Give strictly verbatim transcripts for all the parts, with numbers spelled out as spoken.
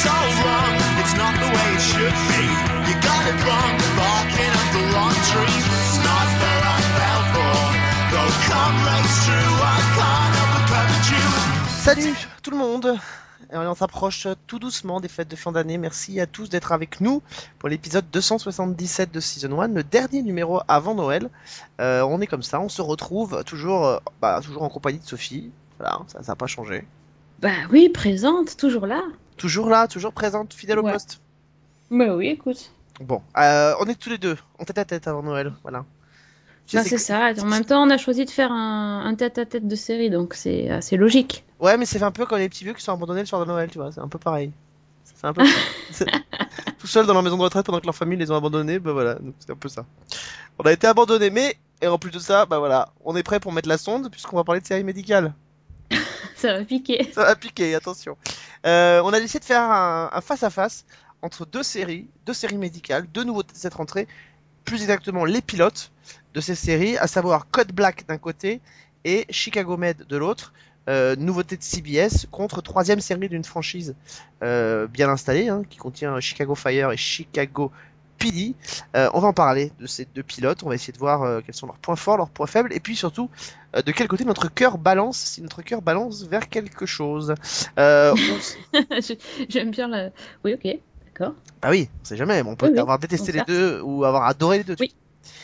so wrong. It's not the way it should be. You got it wrong, barking up the wrong tree. It's not that I fell for. Though come race true, I can't help but covet you. Salut tout le monde. Et on s'approche tout doucement des fêtes de fin d'année. Merci à tous d'être avec nous pour l'épisode deux cent soixante-dix-sept de Season un, le dernier numéro avant Noël. Euh, on est comme ça, on se retrouve toujours, euh, bah, toujours en compagnie de Sophie. Voilà, ça n'a pas changé. Bah oui, présente, toujours là. Toujours là, toujours présente, fidèle Ouais. au poste. Bah oui, écoute. Bon, euh, on est tous les deux en tête à tête avant Noël, voilà. Je Bah sais c'est que- ça. En même temps, on a choisi de faire un, un tête-à-tête de série, donc c'est assez logique. Ouais, mais c'est fait un peu comme les petits vieux qui sont abandonnés le soir de Noël, tu vois, c'est un peu pareil. C'est un peu ça. C'est- Tout seuls dans leur maison de retraite pendant que leur famille les ont abandonnés, bah voilà, donc c'est un peu ça. On a été abandonnés, mais, et en plus de ça, bah voilà, on est prêt pour mettre la sonde, puisqu'on va parler de séries médicales. Ça va piquer. Ça va piquer, attention. Euh, on a décidé de faire un, un face-à-face entre deux séries, deux séries médicales, deux nouveautés de cette rentrée, plus exactement les pilotes de ces séries, à savoir Code Black d'un côté et Chicago Med de l'autre. Euh, nouveauté de C B S contre troisième série d'une franchise euh, bien installée, hein, qui contient Chicago Fire et Chicago P D. Euh, on va en parler de ces deux pilotes, on va essayer de voir euh, quels sont leurs points forts, leurs points faibles, et puis surtout euh, de quel côté notre cœur balance, si notre cœur balance vers quelque chose. Euh, on s- Je- J'aime bien la... Oui, ok, d'accord. Bah oui, on sait jamais, on peut Oui, oui, avoir détesté on les certes. deux ou avoir adoré les deux. Oui.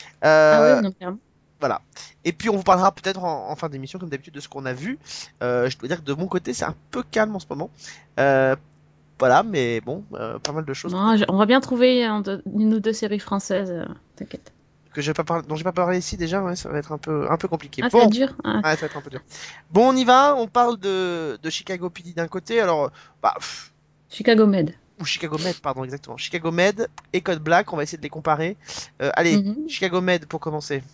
Euh, Ah oui, non, clairement. Voilà. Et puis on vous parlera peut-être en, en fin d'émission, comme d'habitude, de ce qu'on a vu. Euh, je dois dire que de mon côté, c'est un peu calme en ce moment. Euh, voilà, mais bon, euh, pas mal de choses Non, je- on va bien trouver un de- une ou deux séries françaises, euh, t'inquiète. que j'ai pas parlé, dont j'ai pas parlé ici déjà. Ouais, ça va être un peu, un peu compliqué. Ah, ça va Bon, être dur. Ah. ouais, ça va être un peu dur. Bon, on y va. On parle de, de Chicago P D d'un côté. Alors, bah, pff, Chicago Med. ou Chicago Med, pardon, exactement. Chicago Med et Code Black. On va essayer de les comparer. Euh, allez, Mhm. Chicago Med pour commencer.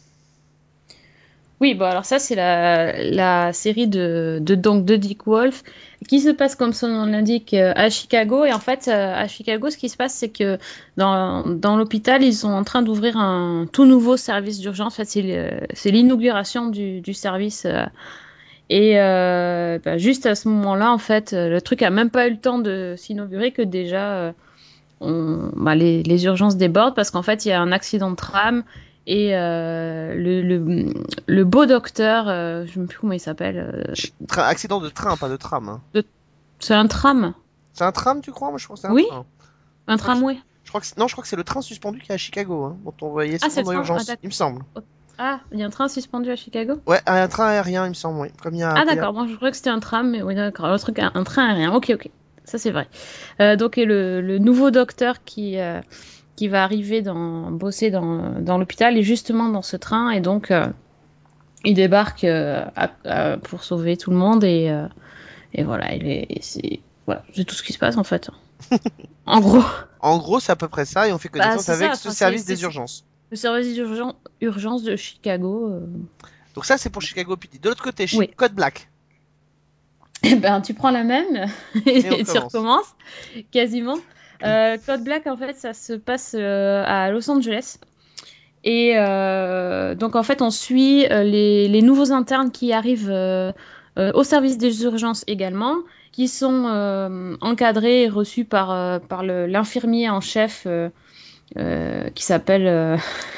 Oui, bon alors ça c'est la, la série de, de donc de Dick Wolf qui se passe comme son nom l'indique euh, à Chicago et en fait euh, à Chicago ce qui se passe c'est que dans, dans l'hôpital ils sont en train d'ouvrir un tout nouveau service d'urgence. En fait c'est le- c'est l'inauguration du, du service euh, et euh, bah, juste à ce moment-là en fait euh, le truc a même pas eu le temps de s'inaugurer que déjà euh, on, bah, les, les urgences débordent parce qu'en fait il y a un accident de tram. Et euh, le, le, le beau docteur, euh, je ne sais plus comment il s'appelle. euh, Tra- accident de train, pas de tram. Hein. c'est un tram. C'est un tram, tu crois? Moi, je crois que c'est un Oui. train. Un tramway. Je crois que c'est- non, je crois que c'est le train suspendu qui est à Chicago, hein, dont on voyait Ah, c'est souvent le dans train. l'urgence, Ah, d'accord. il me semble. Ah, il y a un train suspendu à Chicago. Ouais, un train aérien, il me semble, oui. Comme il y a, Ah, il y a- d'accord. Moi, je crois que c'était un tram, mais oui, d'accord. Le truc, un, un train aérien. Ok, ok. Ça, c'est vrai. Euh, donc, et le, le nouveau docteur qui, euh, qui va arriver dans, bosser dans, dans l'hôpital est justement dans ce train. Et donc, euh, il débarque euh, à- à- pour sauver tout le monde. Et, euh, et voilà, il est, et c'est voilà, c'est tout ce qui se passe en fait. En gros, En gros, c'est à peu près ça, et on fait Bah, connaissance c'est avec ça, ce enfin, service c'est- des c'est- urgences. le service d'urgence urgence de Chicago. euh, Donc ça, c'est pour Chicago P D. De l'autre côté, chez Oui. Code Black. Eh ben, tu prends la même et, Et on tu commence. recommences, quasiment. Euh, Code Black, en fait, ça se passe euh, à Los Angeles. Et euh, donc, en fait, on suit euh, les, les nouveaux internes qui arrivent euh, euh, au service des urgences également, qui sont euh, encadrés et reçus par, euh, par le- l'infirmier en chef euh, euh, qui s'appelle... euh,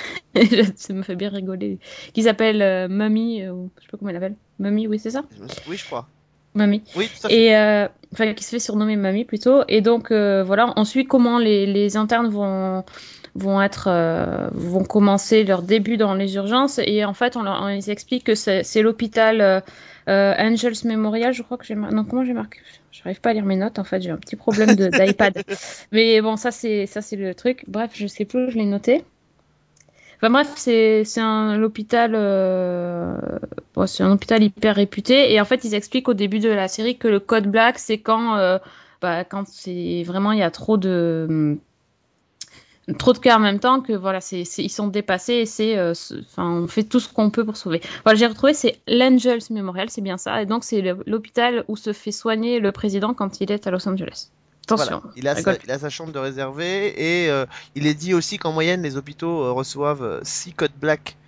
ça me fait bien rigoler. Qui s'appelle euh, Mummy, euh, ou je sais pas comment elle appelle. Mummy, oui, c'est ça? Je me suis- Oui, je crois. Mamie. Oui, tout à fait. Et euh, enfin, qui se fait surnommer Mamie plutôt. Et donc euh, voilà, on suit comment les, les internes vont vont être euh, vont commencer leur début dans les urgences. Et en fait, on leur on les explique que c'est, c'est l'hôpital euh, euh, Angels Memorial. Je crois que j'ai mar... non comment j'ai marqué. J'arrive pas à lire mes notes. En fait, j'ai un petit problème de, d'iPad. Mais bon, ça c'est ça c'est le truc. Bref, je sais plus où je l'ai noté. Enfin bref, c'est c'est un l'hôpital euh... bon, c'est un hôpital hyper réputé et en fait ils expliquent au début de la série que le code black c'est quand euh, bah, quand c'est vraiment il y a trop de trop de cas en même temps que voilà c'est, c'est ils sont dépassés et c'est enfin euh, on fait tout ce qu'on peut pour sauver. Voilà, j'ai retrouvé c'est l'Angels Memorial, c'est bien ça et donc c'est le, l'hôpital où se fait soigner le président quand il est à Los Angeles. Attention. Voilà. Il, a sa, il a sa chambre de réservée et euh, il est dit aussi qu'en moyenne les hôpitaux euh, reçoivent six codes black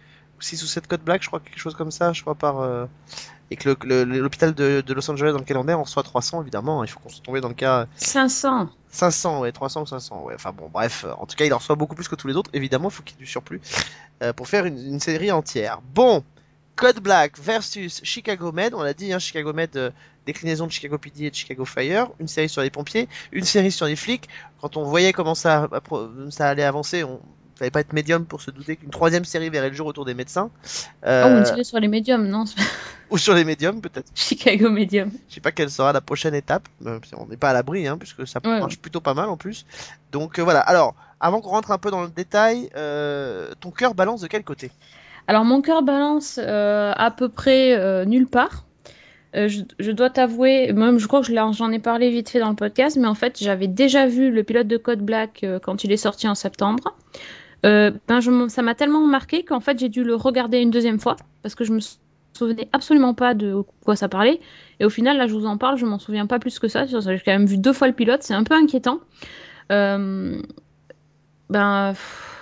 six ou sept codes Black, je crois, quelque chose comme ça, je crois, par... Euh... Et que le, le, l'hôpital de, de Los Angeles dans lequel on est, on reçoit trois cents, évidemment. Il faut qu'on se tombe dans le cas... cinq cents. cinq cents, ouais, trois cents ou cinq cents, ouais. Enfin bon, bref. En tout cas, il en reçoit beaucoup plus que tous les autres. Évidemment, il faut qu'il y ait du surplus euh, pour faire une, une série entière. Bon, Code Black versus Chicago Med. On l'a dit, hein, Chicago Med, euh, déclinaison de Chicago P D et de Chicago Fire. Une série sur les pompiers, une série sur les flics. Quand on voyait comment ça, ça allait avancer, on... fallait pas être médium pour se douter qu'une troisième série verrait le jour autour des médecins. Euh... Oh, une série sur les médiums, non? Ou sur les médiums, peut-être. Chicago Medium. Je sais pas quelle sera la prochaine étape. Euh, on n'est pas à l'abri, hein, puisque ça ouais, marche ouais. plutôt pas mal en plus. Donc euh, voilà. Alors, avant qu'on rentre un peu dans le détail, euh, ton cœur balance de quel côté? Alors, mon cœur balance euh, à peu près euh, nulle part. Euh, je, je dois t'avouer, même je crois que je j'en ai parlé vite fait dans le podcast, mais en fait, j'avais déjà vu le pilote de Code Black euh, quand il est sorti en septembre. Euh, ben je, ça m'a tellement marqué qu'en fait, j'ai dû le regarder une deuxième fois parce que je me souvenais absolument pas de quoi ça parlait. Et au final, là, je vous en parle, je m'en souviens pas plus que ça. J'ai quand même vu deux fois le pilote, c'est un peu inquiétant. Euh, ben,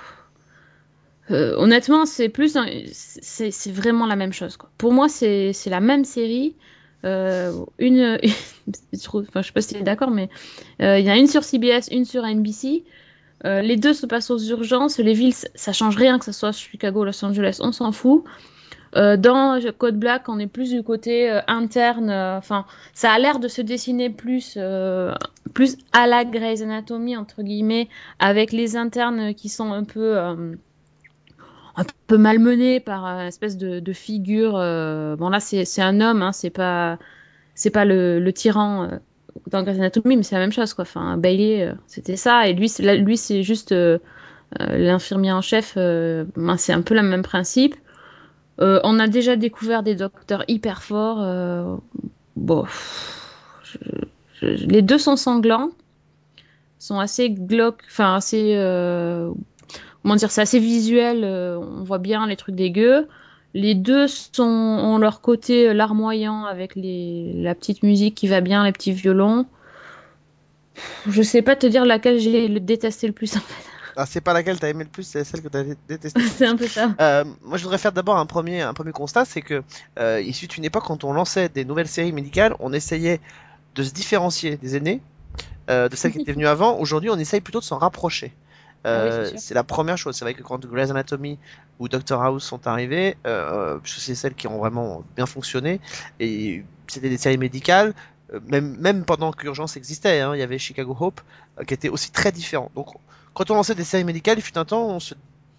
euh, honnêtement, c'est plus, c'est, c'est vraiment la même chose, quoi. Pour moi, c'est, c'est la même série. Euh, une, enfin, je sais pas si tu es d'accord, mais il euh, y a une sur C B S, une sur N B C. Euh, les deux se passent aux urgences. Les villes, ça change rien que ce soit Chicago, Los Angeles, on s'en fout. Euh, dans Code Black, on est plus du côté euh, interne. Enfin, euh, ça a l'air de se dessiner plus, euh, plus à la Grey's Anatomy entre guillemets, avec les internes qui sont un peu, euh, un peu malmenés par une espèce de, de figure. Euh, bon là, c'est, c'est un homme, hein, c'est pas, c'est pas le, le tyran euh, dans Grey's Anatomy, mais c'est la même chose, quoi. Enfin, Bailey, euh, c'était ça, et lui, c'est, là, lui, c'est juste euh, euh, l'infirmier en chef. Euh, ben, c'est un peu le même principe. Euh, on a déjà découvert des docteurs hyper forts. Euh, bon, je, je, les deux sont sanglants, sont assez glauques, enfin assez, euh, comment dire, c'est assez visuel. Euh, on voit bien les trucs dégueux. Les deux sont ont leur côté larmoyant avec les, la petite musique qui va bien, les petits violons. Je sais pas te dire laquelle j'ai détesté le plus en fait. Ah, c'est pas laquelle t'as aimé le plus, c'est celle que t'as détestée. C'est un peu ça. Euh, moi, je voudrais faire d'abord un premier, un premier constat, c'est que euh, il fut une époque quand on lançait des nouvelles séries médicales, on essayait de se différencier des aînés, euh, de celles qui étaient venues avant. Aujourd'hui, on essaye plutôt de s'en rapprocher. Euh, ah oui, c'est, c'est la première chose. C'est vrai que quand Grey's Anatomy ou Doctor House sont arrivés, euh, c'est celles qui ont vraiment bien fonctionné, et c'était des séries médicales. Même, même pendant qu'Urgence existait, hein, il y avait Chicago Hope euh, qui était aussi très différent. Donc, quand on lançait des séries médicales, il fut un temps où on se,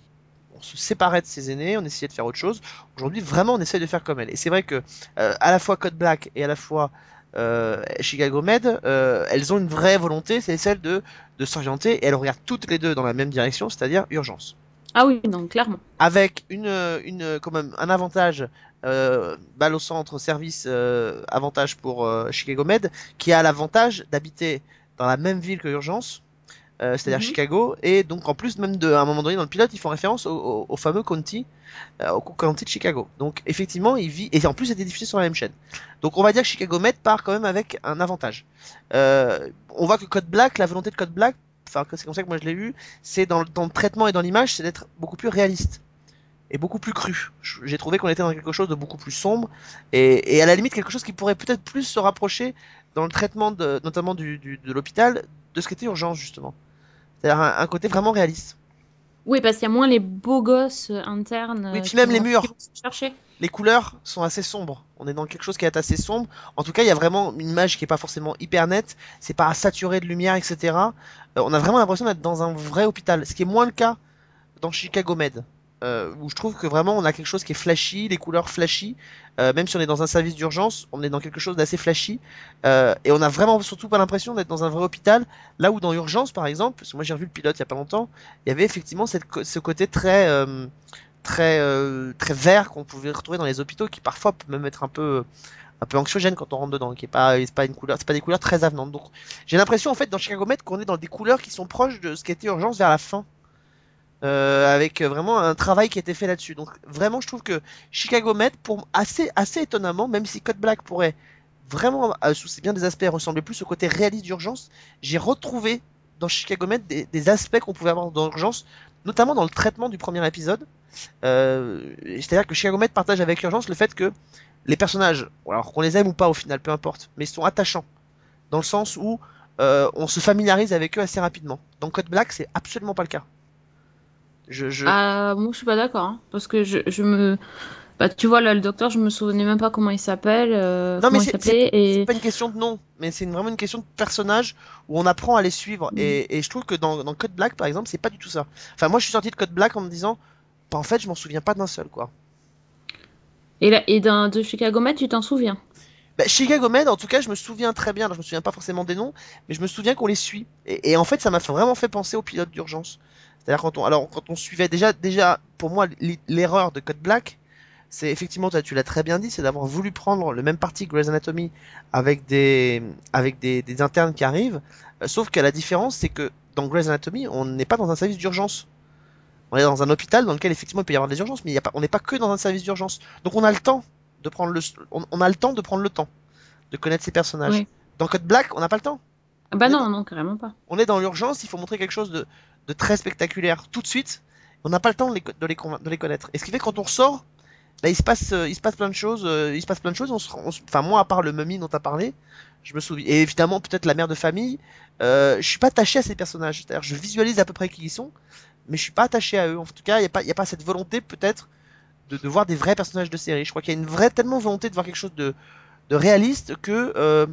on se séparait de ses aînés, on essayait de faire autre chose. Aujourd'hui, vraiment, on essaye de faire comme elle. Et c'est vrai que euh, à la fois Code Black et à la fois euh, Chicago Med, euh, elles ont une vraie volonté, c'est celle de, de s'orienter, et elles regardent toutes les deux dans la même direction, c'est-à-dire Urgence. Ah oui, non, clairement. Avec une, une, quand même, un avantage, euh, balle au centre, service, euh, avantage pour euh, Chicago Med, qui a l'avantage d'habiter dans la même ville que Urgence, euh, c'est-à-dire mm-hmm. Chicago, et donc en plus, même de, à un moment donné dans le pilote, ils font référence au, au, au fameux county, euh, au county de Chicago. Donc effectivement, il vit, et en plus, c'était diffusé sur la même chaîne. Donc on va dire que Chicago Med part quand même avec un avantage. Euh, on voit que Code Black, la volonté de Code Black, enfin c'est comme ça que moi je l'ai vu, c'est dans, dans le traitement et dans l'image, c'est d'être beaucoup plus réaliste et beaucoup plus cru. J'ai trouvé qu'on était dans quelque chose de beaucoup plus sombre et, et à la limite quelque chose qui pourrait peut-être plus se rapprocher dans le traitement de, notamment du, du, de l'hôpital de ce qu'était Urgence justement. C'est-à-dire un, un côté vraiment réaliste. Oui, parce qu'il y a moins les beaux gosses internes. Oui, puis même les murs. Chercher. Les couleurs sont assez sombres. On est dans quelque chose qui est assez sombre. En tout cas, il y a vraiment une image qui est pas forcément hyper nette. C'est pas saturé de lumière, et cetera. Euh, on a vraiment l'impression d'être dans un vrai hôpital, ce qui est moins le cas dans Chicago Med, euh, où je trouve que vraiment on a quelque chose qui est flashy, les couleurs flashy. Euh, même si on est dans un service d'urgence, on est dans quelque chose d'assez flashy. Euh, et on a vraiment surtout pas l'impression d'être dans un vrai hôpital. Là où dans Urgence, par exemple, parce que moi j'ai revu le pilote il y a pas longtemps, il y avait effectivement cette, ce côté très euh, très euh, très vert qu'on pouvait retrouver dans les hôpitaux, qui parfois peut même être un peu un peu anxiogène quand on rentre dedans, qui est pas c'est pas une couleur, c'est pas des couleurs très avenantes. Donc j'ai l'impression en fait dans Chicago Med qu'on est dans des couleurs qui sont proches de ce qu'était Urgence vers la fin. Euh, avec vraiment un travail qui a été fait là-dessus. Donc vraiment je trouve que Chicago Med, pour assez assez étonnamment, même si Code Black pourrait vraiment, euh, sous bien des aspects, ressembler plus au côté réaliste d'Urgence, j'ai retrouvé dans Chicago Med des, des aspects qu'on pouvait avoir dans Urgence, notamment dans le traitement du premier épisode. Euh, c'est-à-dire que Chicago Med partage avec Urgence le fait que les personnages, alors qu'on les aime ou pas au final, peu importe, mais ils sont attachants, dans le sens où euh, on se familiarise avec eux assez rapidement. Dans Code Black, c'est absolument pas le cas. Je, je... Ah, moi, je suis pas d'accord, hein, parce que je, je me... Bah, tu vois, là, le docteur, je me souvenais même pas comment il s'appelle, euh, Non, mais comment il c'est, s'appelait, c'est, et... c'est pas une question de nom, mais c'est une- vraiment une question de personnage où on apprend à les suivre. Mm. Et, et je trouve que dans, dans Code Black, par exemple, c'est pas du tout ça. Enfin, moi, je suis sorti de Code Black en me disant, bah, en fait, je m'en souviens pas d'un seul, quoi. Et, là, et d'un, de Chicago Med, tu t'en souviens? Bah, Chicago Med, en tout cas, je me souviens très bien. Alors, je me souviens pas forcément des noms, mais je me souviens qu'on les suit. Et, et en fait, ça m'a fait- vraiment fait penser au pilote d'urgence. C'est-à-dire quand on, alors quand on suivait déjà, déjà, pour moi, l'i- l'erreur de Code Black, c'est effectivement, toi, tu l'as très bien dit, c'est d'avoir voulu prendre le même parti que Grey's Anatomy avec des, avec des, des internes qui arrivent. Euh, sauf que la différence, c'est que dans Grey's Anatomy, on n'est pas dans un service d'urgence. On est dans un hôpital dans lequel effectivement il peut y avoir des urgences, mais il y a pas, on n'est pas que dans un service d'urgence. Donc on a le temps de prendre le, on, on a le temps de prendre le temps de connaître ces personnages. Oui. Dans Code Black, on n'a pas le temps. Ah bah On est non, dans, non, carrément pas. on est dans l'urgence, il faut montrer quelque chose de, de très spectaculaire tout de suite. On n'a pas le temps de les, de les, convain- de les connaître. Et ce qui fait que quand on ressort, bah, il se passe, euh, il se passe plein de choses. euh, il se passe plein de choses. On se, rend- on se- enfin moi, à part le mummy dont tu as parlé, je me souviens. Et évidemment, peut-être la mère de famille. Euh, je suis pas attaché à ces personnages. C'est-à-dire, je visualise à peu près qui ils sont, mais je suis pas attaché à eux. En tout cas, il y a pas, il y a pas cette volonté peut-être de, de voir des vrais personnages de série. Je crois qu'il y a une vraie tellement volonté de voir quelque chose de, de réaliste que euh,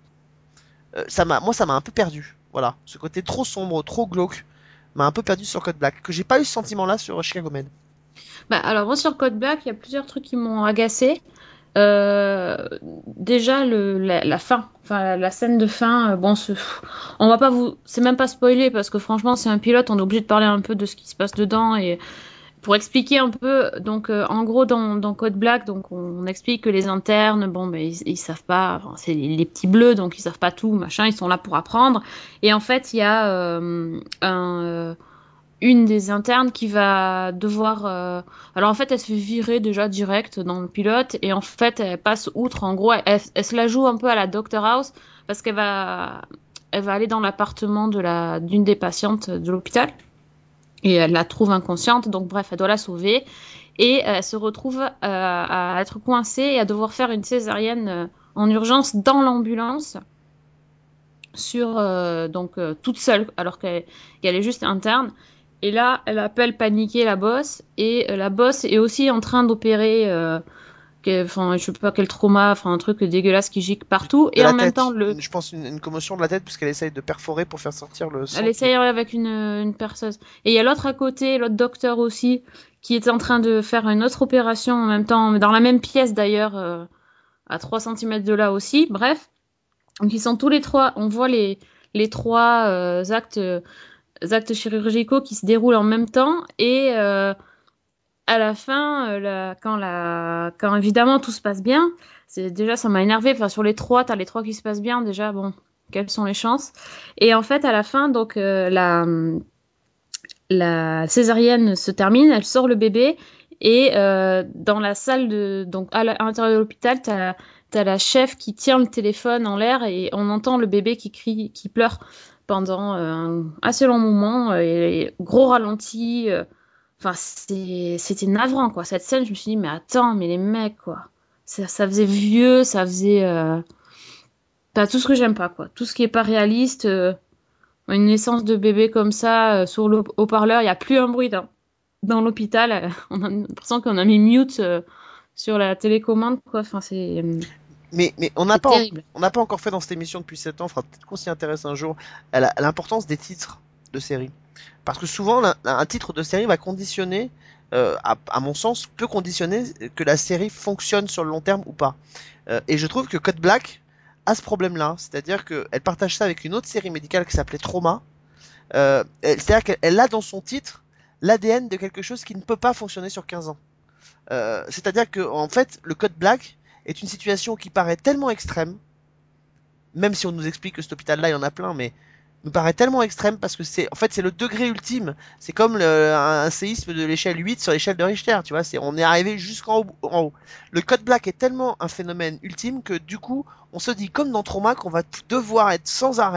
euh, ça m'a, moi, ça m'a un peu perdu. Voilà, ce côté trop sombre, trop glauque, m'a un peu perdu sur Code Black. Que j'ai pas eu ce sentiment-là sur Chicago Med. Bah, alors, moi, sur Code Black, il y a plusieurs trucs qui m'ont agacé. Euh, déjà, le, la, la fin, enfin, la, la scène de fin, euh, bon, c'est- pff, on va pas vous, c'est même pas spoiler parce que franchement, c'est un pilote, on est obligé de parler un peu de ce qui se passe dedans et pour expliquer un peu, donc, euh, en gros, dans, dans Code Black, donc, on, on explique que les internes, bon, ben, ils, ils savent pas, enfin, c'est les, les petits bleus, donc ils savent pas tout, machin, ils sont là pour apprendre. Et en fait, il y a euh, un, euh, une des internes qui va devoir. euh, Alors en fait, elle se fait virer déjà direct dans le pilote et en fait, elle passe outre. En gros, elle, elle se la joue un peu à la Doctor House parce qu'elle va, elle va aller dans l'appartement de la d'une des patientes de l'hôpital et elle la trouve inconsciente. Donc bref, elle doit la sauver et elle se retrouve euh, à être coincée et à devoir faire une césarienne euh, en urgence dans l'ambulance sur euh, donc euh, toute seule alors qu'elle qu'elle est juste interne. Et là, elle appelle paniquer la boss et euh, la boss est aussi en train d'opérer, euh, que- enfin je sais pas quel trauma, enfin un truc dégueulasse qui gicle partout. De Et la en même tête, temps, le, je pense une, une commotion de la tête puisqu'elle essaye de perforer pour faire sortir le sang. elle qui- essaye avec une, une perceuse. Et il y a l'autre à côté, l'autre docteur aussi, qui est en train de faire une autre opération en même temps, mais dans la même pièce d'ailleurs, euh, à trois centimètres de là aussi. Bref, donc ils sont tous les trois, on voit les, les trois euh, actes, euh, actes chirurgicaux qui se déroulent en même temps. Et euh, à la fin, euh, la- quand, la, quand évidemment tout se passe bien, c'est, déjà ça m'a énervé. Enfin, sur les trois, t'as les trois qui se passent bien, déjà, bon, quelles sont les chances? Et en fait, à la fin, donc, euh, la, la césarienne se termine, elle sort le bébé, et euh, dans la salle, de, donc à la- à l'intérieur de l'hôpital, t'as, t'as la chef qui tient le téléphone en l'air, et on entend le bébé qui crie, qui pleure pendant euh, un assez long moment, euh, et gros ralenti. euh, Enfin, c'est- c'était navrant, quoi. Cette scène, je me suis dit, mais attends, mais les mecs, quoi. Ça, ça faisait vieux, ça faisait... Euh... Pas tout ce que j'aime pas, quoi. Tout ce qui est pas réaliste, euh, une naissance de bébé comme ça, euh, sur le haut-parleur, il n'y a plus un bruit dans, dans l'hôpital. euh, on a l'impression qu'on a mis mute euh, sur la télécommande, quoi. Enfin, c'est euh, Mais, mais on n'a c'est pas, en- terrible. on n'a pas encore fait dans cette émission depuis sept ans, faudra peut-être qu'on s'y intéresse un jour, à la- à l'importance des titres de série. Parce que souvent, la- un titre de série va conditionner, euh, à, à mon sens, peut conditionner que la série fonctionne sur le long terme ou pas. Euh, et je trouve que Code Black a ce problème-là, c'est-à-dire qu'elle partage ça avec une autre série médicale qui s'appelait Trauma. Euh, elle- c'est-à-dire qu'elle elle a dans son titre l'A D N de quelque chose qui ne peut pas fonctionner sur quinze ans. Euh, c'est-à-dire que en fait, le Code Black est une situation qui paraît tellement extrême, même si on nous explique que cet hôpital-là, il y en a plein, mais nous paraît tellement extrême parce que c'est, en fait, c'est le degré ultime. C'est comme le- un, un séisme de l'échelle huit sur l'échelle de Richter, tu vois. C'est, on est arrivé jusqu'en haut, en haut. Le Code Black est tellement un phénomène ultime que du coup, on se dit, comme dans Trauma, qu'on va devoir être sans arrêt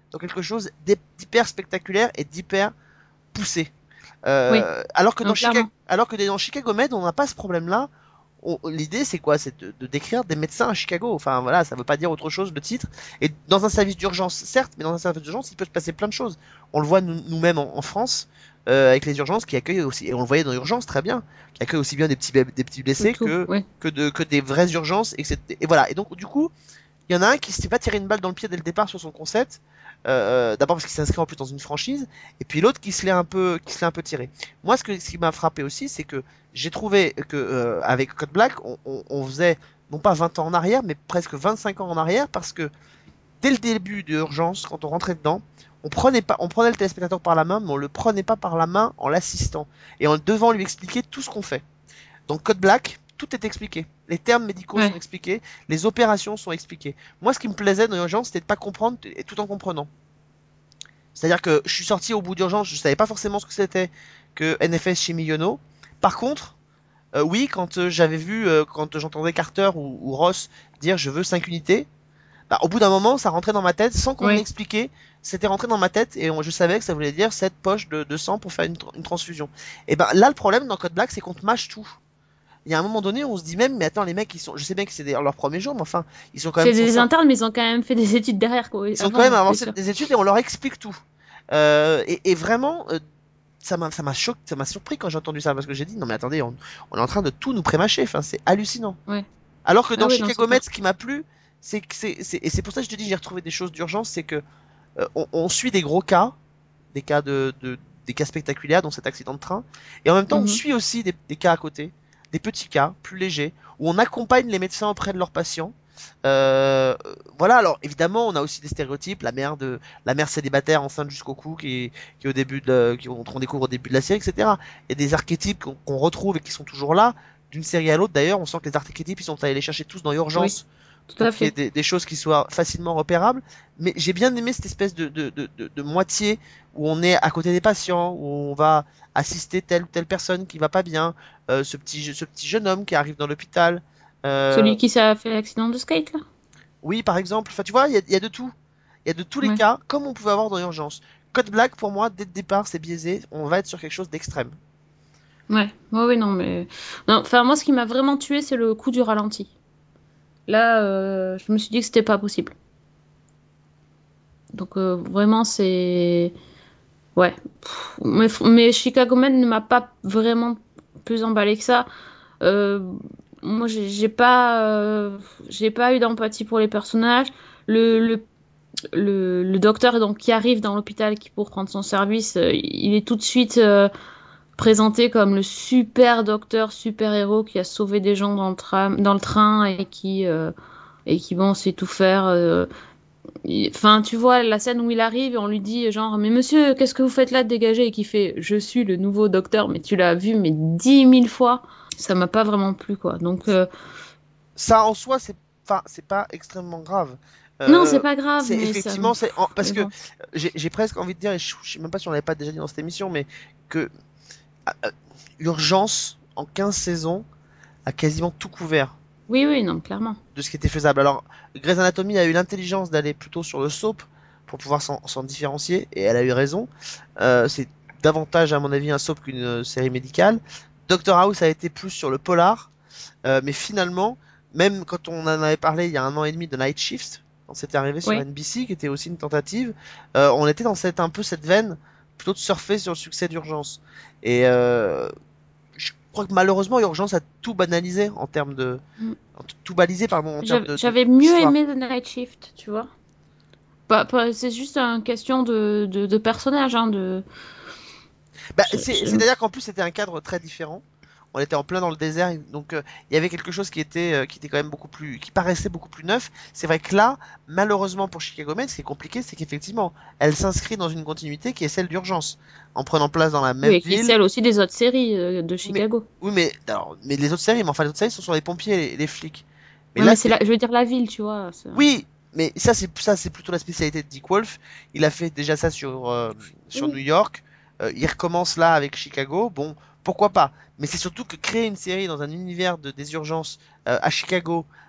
dans quelque chose d'hy- d'hyper spectaculaire et d'hyper poussé. Euh, Oui, alors que non, dans Chicago, clairement. alors que dans Chicago Med, on n'a pas ce problème-là. On- L'idée, c'est quoi? C'est de, de décrire des médecins à Chicago. Enfin, voilà, ça veut pas dire autre chose, le titre. Et dans un service d'urgence, certes, mais dans un service d'urgence, il peut se passer plein de choses. On le voit nous- nous-mêmes en, en France, euh, avec les urgences qui accueillent aussi, et on le voyait dans l'urgence très bien, qui accueillent aussi bien des petits, bé- des petits blessés Tout, que, oui. que, de, que des vraies urgences. Et, que c'est- et voilà. Et donc, du coup, il y en a un qui s'est pas tiré une balle dans le pied dès le départ sur son concept. Euh, D'abord parce qu'il s'inscrit en plus dans une franchise, et puis l'autre qui se l'est un peu, qui se l'est un peu tiré. Moi, ce, que, ce qui m'a frappé aussi, c'est que j'ai trouvé que euh, avec Code Black, on, on, on faisait non pas vingt ans en arrière, mais presque vingt-cinq ans en arrière, parce que dès le début d'Urgence, quand on rentrait dedans, on prenait pas, on prenait le téléspectateur par la main, mais on le prenait pas par la main en l'assistant et en devant lui expliquer tout ce qu'on fait. Dans Code Black, tout est expliqué. Les termes médicaux Ouais. sont expliqués, les opérations sont expliquées. Moi, ce qui me plaisait dans l'urgence, c'était de pas comprendre et tout en comprenant. C'est-à-dire que je suis sorti au bout d'urgence, je savais pas forcément ce que c'était que N F S chez Miyono. Par contre, euh, oui, quand euh, j'avais vu, euh, quand j'entendais Carter ou, ou Ross dire je veux cinq unités, bah, au bout d'un moment, ça rentrait dans ma tête sans qu'on me Oui. l'expliquait. C'était rentré dans ma tête et on- je savais que ça voulait dire sept poches de, de sang pour faire une, tr- une transfusion. Et ben là, le problème dans Code Black, c'est qu'on te mâche tout. Il y a un moment donné, on se dit même, mais attends, les mecs, ils sont, je sais bien que c'est des- leur premier jour, mais enfin, ils sont quand même C'est des censés, internes, mais ils ont quand même fait des études derrière, quoi. ils sont quand même Avant, c'est avancés sûr. des études et on leur explique tout. Euh, et, et vraiment, euh, ça m'a, ça m'a choqué, ça m'a surpris quand j'ai entendu ça parce que j'ai dit non mais attendez, on, on est en train de tout nous prémâcher. Enfin, c'est hallucinant. Ouais. Alors que Ah dans oui, non, c'est Chicago Med, clair. ce qui m'a plu, c'est que c'est, c'est- et c'est pour ça que je te dis j'ai retrouvé des choses d'urgence, c'est que euh, on, on suit des gros cas, des cas de, de- des cas spectaculaires, dont cet accident de train, et en même temps on Mhm. suit aussi des, des cas à côté, des petits cas plus légers, où on accompagne les médecins auprès de leurs patients. Euh, voilà, alors évidemment on a aussi des stéréotypes, la mère de la mère célibataire enceinte jusqu'au cou qui est, qui est au début de qui on, qu'on découvre au début de la série, et cetera. Il y a des archétypes qu'on qu'on retrouve et qui sont toujours là. D'une série à l'autre d'ailleurs, on sent que les archétypes ils sont allés les chercher tous dans Oui, Urgence tout pour à qu'il y ait fait. des, des choses qui soient facilement repérables. Mais j'ai bien aimé cette espèce de, de, de, de, de moitié où on est à côté des patients, où on va assister telle ou telle personne qui va pas bien, euh, ce petit ce petit jeune homme qui arrive dans l'hôpital. Euh, Celui qui s'est fait l'accident de skate, là? oui, par exemple. Enfin, tu vois, il y a, il y a de tout. Il y a de tous les Ouais. cas, comme on pouvait avoir dans l'urgence. Code Black, pour moi, dès le départ, c'est biaisé. On va être sur quelque chose d'extrême. Ouais. Ouais, ouais, non, mais. Non, enfin, moi, ce qui m'a vraiment tué, c'est le coup du ralenti. Là, euh, je me suis dit que c'était pas possible. Donc, euh, vraiment, c'est. Ouais. Pff, Mais, mais Chicago Med ne m'a pas vraiment plus emballé que ça. Euh, Moi, j'ai j'ai pas, euh, j'ai pas eu d'empathie pour les personnages. Le, le, le, le docteur donc, qui arrive dans l'hôpital qui pour prendre son service, euh, il est tout de suite euh, présenté comme le super docteur, super héros qui a sauvé des gens dans le, tram, dans le train et qui, euh, et qui bon, sait tout faire. euh. Il- Enfin, tu vois, la scène où il arrive et on lui dit genre, mais monsieur, qu'est-ce que vous faites là de dégager? Et qui fait, je suis le nouveau docteur, mais tu l'as vu mais dix mille fois. Ça m'a pas vraiment plu, quoi. Donc, euh, Ça, en soi, c'est enfin, c'est pas extrêmement grave. non, c'est Euh, pas grave, c'est mais ça. effectivement, c'est en- parce Mais que bon. j'ai j'ai presque envie de dire, et je, je sais même pas si on l'avait pas déjà dit dans cette émission, mais que ah, euh, Urgence, en quinze saisons, a quasiment tout couvert Oui, oui, non, clairement. de ce qui était faisable. Alors, Grey's Anatomy a eu l'intelligence d'aller plutôt sur le soap pour pouvoir s'en s'en différencier, et elle a eu raison. Euh, c'est davantage, à mon avis, un soap qu'une euh, série médicale. Doctor House a été plus sur le polar, euh, mais finalement, même quand on en avait parlé il y a un an et demi de Night Shift, quand c'était arrivé sur Oui. N B C, qui était aussi une tentative, euh, on était dans cette un peu cette veine plutôt de surfer sur le succès d'Urgence. Et euh, je crois que malheureusement Urgence a tout banalisé en termes de Mm. tout balisé pardon en termes J'avais de, de j'avais mieux d'histoire. aimé The Night Shift, tu vois. Pas, pas- c'est juste une question de, de, de personnage, hein, de... Bah, je- c'est, je- c'est-à-dire qu'en plus c'était un cadre très différent. On était en plein dans le désert, donc euh, il y avait quelque chose qui était, euh, qui était quand même beaucoup plus, qui paraissait beaucoup plus neuf. C'est vrai que là, malheureusement pour Chicago Med, ce qui est compliqué, c'est qu'effectivement, elle s'inscrit dans une continuité qui est celle d'urgence, en prenant place dans la Oui, même et qui est ville. celle aussi des autres séries euh, de Oui, mais, Chicago. oui, mais, alors, mais les autres séries, mais enfin les autres séries sont sur les pompiers, et les, les flics. Mais Ouais, là, mais c'est c'est, la, je veux dire la ville, tu vois. c'est- oui, mais ça c'est ça c'est plutôt la spécialité de Dick Wolf. Il a fait déjà ça sur euh, sur New Oui. York. Euh, il recommence là avec Chicago. Bon, pourquoi pas. Mais c'est surtout que créer une série dans un univers de des urgences euh, à Chicago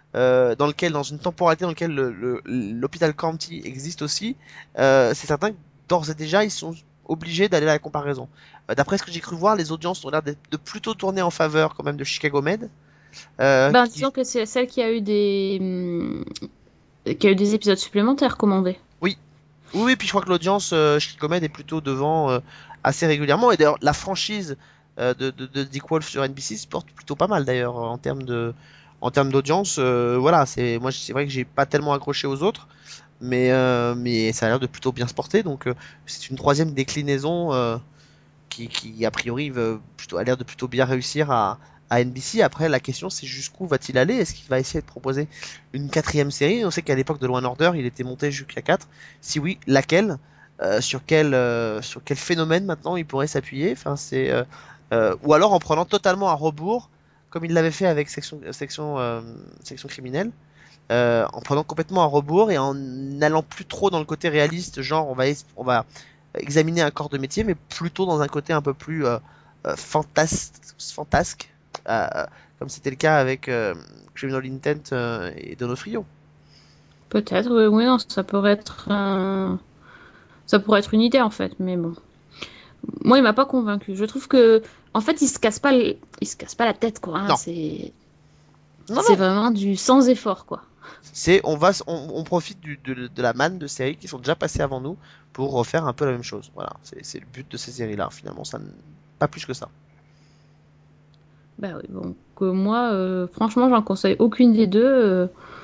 euh, dans lequel, dans une temporalité dans laquelle le, le- l'hôpital County existe aussi, euh, c'est certain que d'ores et déjà ils sont obligés d'aller à la comparaison. Euh, d'après ce que j'ai cru voir, les audiences ont l'air d'être- de plutôt tourner en faveur quand même de Chicago Med. Euh, Ben, qui... disons que c'est celle qui a eu des, hum, qui a eu des épisodes supplémentaires commandés. Oui, oui, oui, puis je crois que l'audience euh, Chicago Med est plutôt devant euh, assez régulièrement. Et d'ailleurs, la franchise euh, de, de, de Dick Wolf sur N B C se porte plutôt pas mal d'ailleurs en termes de, en termes d'audience. Euh, voilà, c'est moi c'est vrai que j'ai pas tellement accroché aux autres, mais euh, mais ça a l'air de plutôt bien se porter. Donc euh, c'est une troisième déclinaison euh, qui, qui a priori veut plutôt, a l'air de plutôt bien réussir à, à N B C. Après, la question c'est jusqu'où va-t-il aller? Est-ce qu'il va essayer de proposer une quatrième série? On sait qu'à l'époque de Law and Order, il était monté jusqu'à quatre. Si oui, laquelle? Euh, sur quel euh, sur quel phénomène maintenant il pourrait s'appuyer? Enfin, c'est euh, euh, ou alors en prenant totalement à rebours, comme il l'avait fait avec section section euh, section criminelle, euh, en prenant complètement à rebours et en n'allant plus trop dans le côté réaliste, genre on va es- on va examiner un corps de métier, mais plutôt dans un côté un peu plus euh, euh, fantas- fantasque, euh, comme c'était le cas avec euh, Criminal Intent euh, et Donofrio. Peut-être, oui, oui, non, ça pourrait être un- ça pourrait être une idée en fait, mais bon. Moi, il m'a pas convaincu. Je trouve que, en fait, il se casse pas, le- il se casse pas la tête, quoi. Hein. Non, C'est, non, c'est non. vraiment du sans effort, quoi. C'est on va, s- on, on profite du, de, de la manne de séries qui sont déjà passées avant nous pour refaire un peu la même chose. Voilà, c'est c'est le but de ces séries-là. Finalement, ça, n- pas plus que ça. Bah oui, donc euh, moi, euh, franchement, j'en conseille aucune des deux. euh,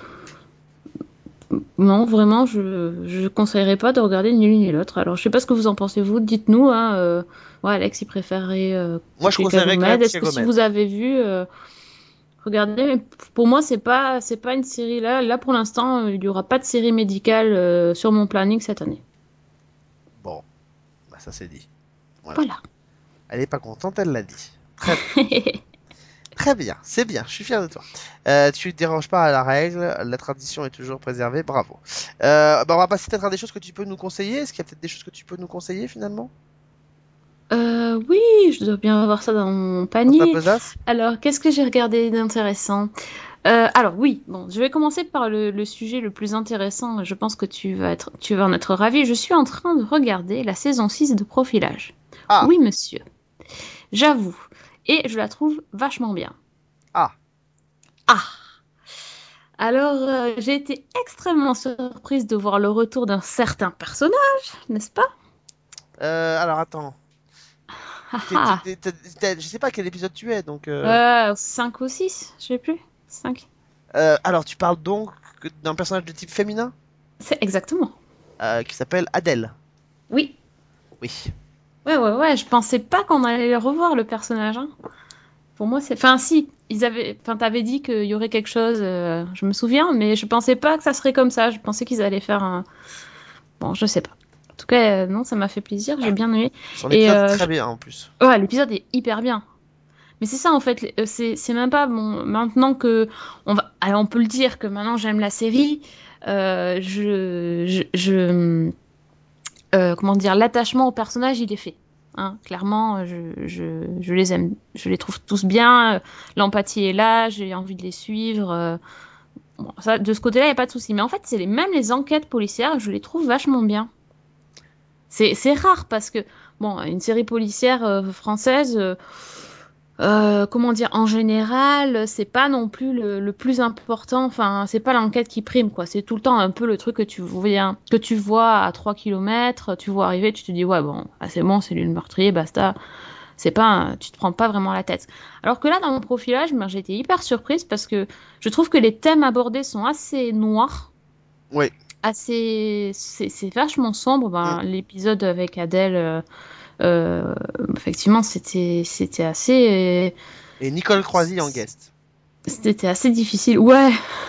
Non, vraiment, je je conseillerais pas de regarder ni l'une ni l'autre. Alors, je sais pas ce que vous en pensez, vous. Dites-nous, hein. euh, Ouais, Alex, il préférait euh, Moi, je Chicago conseillerais quand même Med. Est-ce que Chicago si Med. vous avez vu, euh, regardez. Mais pour moi, c'est pas, c'est pas une série là. Là, pour l'instant, euh, il y aura pas de série médicale euh, sur mon planning cette année. Bon, bah ça c'est dit. Voilà. Voilà. Elle est pas contente, elle l'a dit. Très Très bien, c'est bien, je suis fier de toi. Euh, tu ne te déranges pas à la règle, la tradition est toujours préservée, bravo. Euh, bah on va passer peut-être à des choses que tu peux nous conseiller. Est-ce qu'il y a peut-être des choses que tu peux nous conseiller finalement Euh, oui, je dois bien avoir ça dans mon dans ta panier. besace? Alors, qu'est-ce que j'ai regardé d'intéressant? Euh, alors oui, bon, je vais commencer par le, le sujet le plus intéressant. Je pense que tu vas être, tu vas en être ravi. Je suis en train de regarder la saison six de Profilage. Ah, Oui, monsieur. J'avoue. Et je la trouve vachement bien. ah, Ah! Alors, euh, j'ai été extrêmement surprise de voir le retour d'un certain personnage, n'est-ce pas? euh, alors attends. Ah T'es- ah! t'es- t'es- t'es- t'es- je sais pas quel épisode tu es, donc. Euh, Euh, cinq ou six, je sais plus. cinq. euh, alors tu parles donc que- d'un personnage de type féminin C'est exactement. euh, qui s'appelle Adèle. Oui. Oui. Ouais, ouais, ouais, je pensais pas qu'on allait le revoir, le personnage. Hein. Pour moi, c'est. Enfin, si, ils avaient. Enfin, t'avais dit qu'il y aurait quelque chose, euh, je me souviens, mais je pensais pas que ça serait comme ça. Je pensais qu'ils allaient faire un. Bon, je sais pas. En tout cas, euh, non, ça m'a fait plaisir, j'ai bien aimé. Son Et épisode euh, est très je- bien en plus. ouais, l'épisode est hyper bien. Mais c'est ça, en fait, les- euh, c'est c'est même pas bon. Maintenant que. On va... Alors, on peut le dire que maintenant j'aime la série, euh, je. je, je- euh, comment dire, l'attachement au personnage, il est fait. Hein, clairement, je, je, je les aime, je les trouve tous bien. euh, L'empathie est là, j'ai envie de les suivre. euh, bon, ça, de ce côté-là, il n'y a pas de souci. Mais en fait, c'est les, même les enquêtes policières, je les trouve vachement bien. C'est c'est rare parce que, bon, une série policière euh, française, euh, euh, comment dire, en général, c'est pas non plus le, le plus important. Enfin, c'est pas l'enquête qui prime, quoi. C'est tout le temps un peu le truc que tu vois, que tu vois à trois kilomètres, tu vois arriver, tu te dis, ouais, bon, ah, c'est bon, c'est lui le meurtrier, basta. C'est pas, un- tu te prends pas vraiment la tête. Alors que là, dans mon profilage, ben, j'ai été hyper surprise parce que je trouve que les thèmes abordés sont assez noirs, Oui. assez, c'est c'est vachement sombre. Mm. Ben, l'épisode avec Adèle, euh, euh, effectivement, c'était, c'était assez. euh, Et Nicole Croisy en guest. C'était assez difficile, ouais.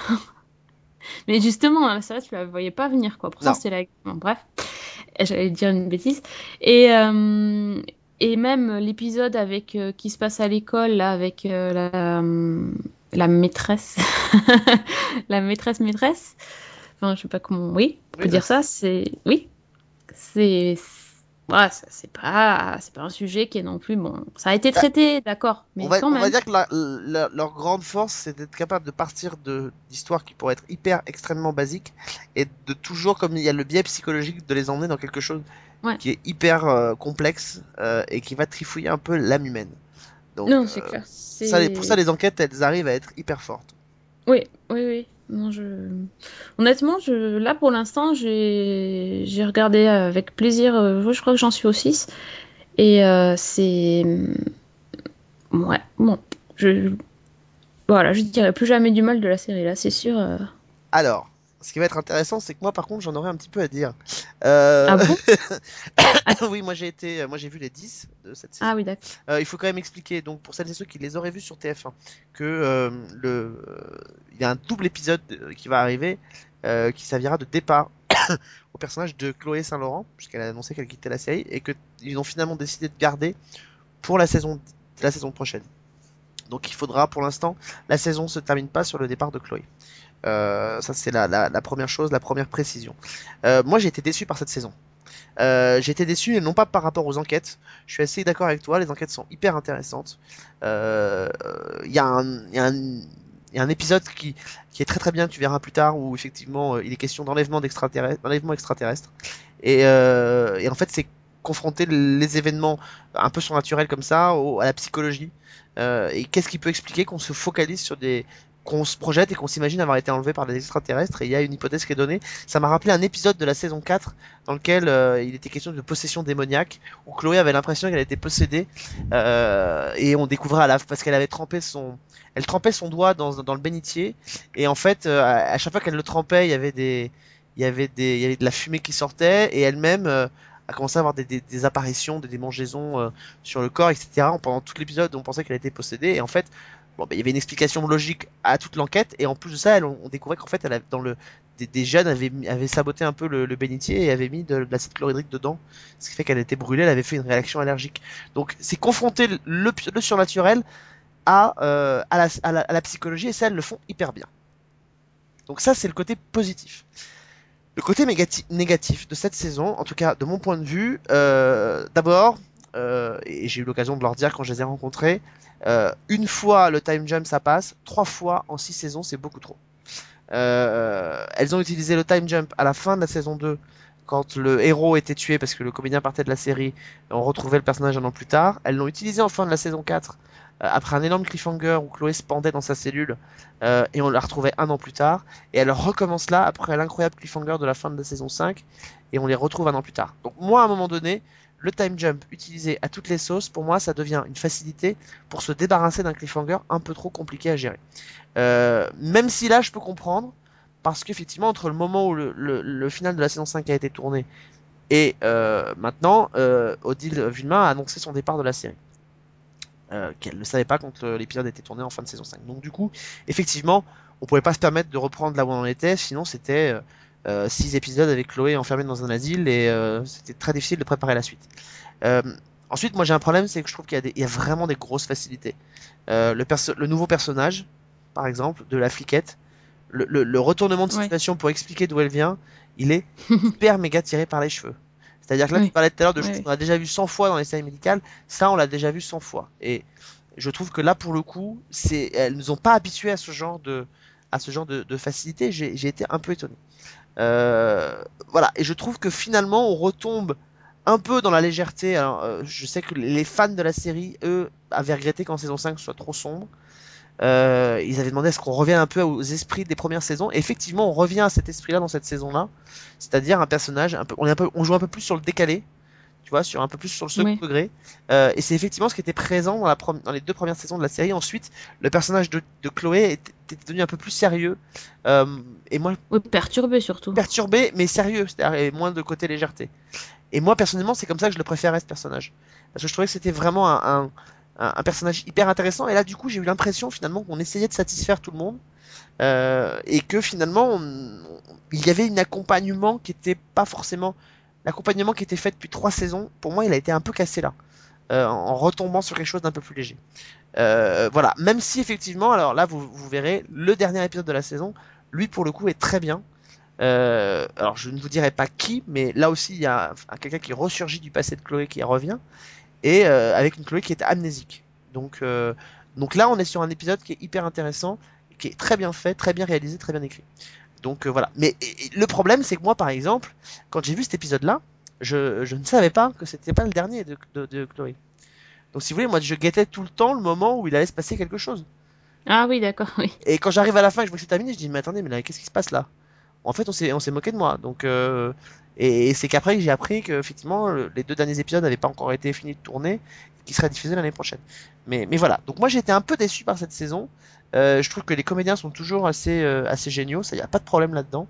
Mais justement, hein, ça, tu la voyais pas venir, quoi. Pourtant, Non. c'était la... Bon, bref, j'allais dire une bêtise. Et, euh, et même l'épisode avec euh, qui se passe à l'école, là, avec euh, la, euh, la maîtresse. La maîtresse maîtresse. Enfin, je sais pas comment... Oui, on peut Oui, dire bah, ça, c'est... Oui. C'est... Ouais, ça, c'est pas, c'est pas un sujet qui est non plus bon. Ça a été Bah, traité, d'accord, on mais va, quand on va même. dire que la- la- leur grande force, c'est d'être capable de partir de d'histoires qui pourraient être hyper extrêmement basiques et de toujours, comme il y a le biais psychologique, de les emmener dans quelque chose Ouais. qui est hyper euh, complexe euh, et qui va trifouiller un peu l'âme humaine. Donc Non, c'est euh, clair. ça, les- pour ça, C'est. les enquêtes, elles arrivent à être hyper fortes. Oui, oui, oui. Non, je. Honnêtement, je... là pour l'instant, j'ai j'ai regardé avec plaisir. euh, Je crois que j'en suis au six. Et euh, c'est. Ouais, bon. Je... Voilà, je dirais plus jamais du mal de la série, là, c'est sûr. euh. Alors, ce qui va être intéressant, c'est que moi, par contre, j'en aurais un petit peu à dire. Euh, Ah bon? Ah, oui, moi j'ai été, moi j'ai vu les dix de cette ah saison. oui, d'accord. Euh, il faut quand même expliquer, donc pour celles et ceux qui les auraient vus sur T F un, que euh, le, euh, il y a un double épisode euh, qui va arriver, euh, qui servira de départ au personnage de Chloé Saint-Laurent, puisqu'elle a annoncé qu'elle quittait la série, et que ils ont finalement décidé de garder pour la saison, la saison prochaine. Donc il faudra, pour l'instant, la saison se termine pas sur le départ de Chloé. Euh, ça c'est la, la, la première chose, la première précision. Euh, moi j'ai été déçu par cette saison. Euh, j'ai été déçu, et non pas par rapport aux enquêtes. Je suis assez d'accord avec toi, les enquêtes sont hyper intéressantes. Il euh, y, y, y a un épisode qui, qui est très très bien, tu verras plus tard, où effectivement euh, il est question d'enlèvement d'extraterrestres, d'enlèvement extraterrestre. Et, euh, et en fait c'est confronter les événements un peu surnaturels comme ça au, à la psychologie. Euh, et qu'est-ce qui peut expliquer qu'on se focalise sur des, qu'on se projette et qu'on s'imagine avoir été enlevé par des extraterrestres, et il y a une hypothèse qui est donnée. Ça m'a rappelé un épisode de la saison quatre dans lequel euh, il était question de possession démoniaque, où Chloé avait l'impression qu'elle était possédée, euh, et on découvrait à la parce qu'elle avait trempé son elle trempait son doigt dans, dans le bénitier, et en fait euh, à chaque fois qu'elle le trempait, il y avait des il y avait des il y avait de la fumée qui sortait, et elle-même euh, a commencé à avoir des, des, des apparitions, des démangeaisons euh, sur le corps, et cetera. Pendant tout l'épisode, on pensait qu'elle était possédée, et en fait bon, bah, il y avait une explication logique à toute l'enquête, et en plus de ça, elle, on, on découvrait qu'en fait, elle avait, dans le, des, des jeunes avaient, avaient saboté un peu le, le bénitier et avaient mis de, de l'acide chlorhydrique dedans, ce qui fait qu'elle était brûlée, elle avait fait une réaction allergique. Donc, c'est confronter le, le surnaturel à, euh, à, la, à, la, à la psychologie, et ça, elles le font hyper bien. Donc ça, c'est le côté positif. Le côté négatif de cette saison, en tout cas de mon point de vue, euh, d'abord, euh, et j'ai eu l'occasion de leur dire quand je les ai rencontrés, euh, une fois le time jump ça passe, trois fois en six saisons c'est beaucoup trop. Euh, elles ont utilisé le time jump à la fin de la saison deux, quand le héros était tué parce que le comédien partait de la série, et on retrouvait le personnage un an plus tard. Elles l'ont utilisé en fin de la saison quatre, euh, après un énorme cliffhanger où Chloé se pendait dans sa cellule, euh, et on la retrouvait un an plus tard, et elle recommence là après l'incroyable cliffhanger de la fin de la saison cinq, et on les retrouve un an plus tard. Donc moi à un moment donné, le time jump utilisé à toutes les sauces, pour moi ça devient une facilité pour se débarrasser d'un cliffhanger un peu trop compliqué à gérer. Euh, même si là je peux comprendre, parce qu'effectivement entre le moment où le, le, le final de la saison cinq a été tourné et euh, maintenant, euh, Odile Villemain a annoncé son départ de la série. Euh, qu'elle ne savait pas quand l'épisode était tourné en fin de saison cinq. Donc du coup, effectivement, on pouvait pas se permettre de reprendre là où on en était, sinon c'était euh, six épisodes avec Chloé enfermée dans un asile, et euh, c'était très difficile de préparer la suite. Euh, ensuite, moi j'ai un problème, c'est que je trouve qu'il y a, des, il y a vraiment des grosses facilités. Euh, le, perso- le nouveau personnage, par exemple, de la fliquette, le, le, le retournement de situation ouais. pour expliquer d'où elle vient, il est hyper méga tiré par les cheveux. C'est-à-dire que là, oui. tu parlais tout à l'heure de choses oui. qu'on a déjà vu cent fois dans les séries médicales, ça, on l'a déjà vu cent fois. Et je trouve que là, pour le coup, c'est, elles nous ont pas habitués à ce genre de, à ce genre de, de facilité. J'ai, j'ai été un peu étonné. Euh, voilà. Et je trouve que finalement, on retombe un peu dans la légèreté. Alors, euh, je sais que les fans de la série, eux, avaient regretté qu'en saison cinq soit trop sombre. Euh, ils avaient demandé est-ce qu'on revient un peu aux esprits des premières saisons, et effectivement on revient à cet esprit là dans cette saison là, c'est-à-dire un personnage un peu, on, est un peu, on joue un peu plus sur le décalé, tu vois, sur un peu plus sur le second oui. degré, euh, et c'est effectivement ce qui était présent dans, la pro- dans les deux premières saisons de la série. Ensuite le personnage de, de Chloé était, était devenu un peu plus sérieux, euh, et moi oui, perturbé surtout perturbé mais sérieux, c'est-à-dire moins de côté légèreté, et moi personnellement c'est comme ça que je le préférais, ce personnage, parce que je trouvais que c'était vraiment un, un un personnage hyper intéressant, et là du coup j'ai eu l'impression finalement qu'on essayait de satisfaire tout le monde, euh, et que finalement on, on, il y avait un accompagnement qui était pas forcément l'accompagnement qui était fait depuis trois saisons. Pour moi il a été un peu cassé là, euh, en retombant sur quelque chose d'un peu plus léger. Euh, voilà, même si effectivement, alors là vous, vous verrez, le dernier épisode de la saison, lui pour le coup est très bien. Euh, alors je ne vous dirai pas qui, mais là aussi il y a un- quelqu'un qui ressurgit du passé de Chloé qui revient, et euh, avec une Chloé qui est amnésique. Donc, euh, donc là on est sur un épisode qui est hyper intéressant, qui est très bien fait, très bien réalisé, très bien écrit. Donc euh, voilà. Mais et- et le problème c'est que moi par exemple, quand j'ai vu cet épisode-là, je, je ne savais pas que c'était pas le dernier de, de, de Chloé. Donc si vous voulez, moi je guettais tout le temps le moment où il allait se passer quelque chose. Ah oui, d'accord, oui. Et quand j'arrive à la fin et que je vois que c'est terminé, je dis mais attendez, mais là, qu'est-ce qui se passe là? En fait, on s'est on s'est moqué de moi. Donc euh, et, et c'est qu'après j'ai appris que effectivement le- les deux derniers épisodes n'avaient pas encore été finis de tourner, qui seraient diffusés l'année prochaine. Mais mais voilà. Donc moi j'ai été un peu déçu par cette saison. Euh, je trouve que les comédiens sont toujours assez euh, assez géniaux. Ça y a pas de problème là-dedans.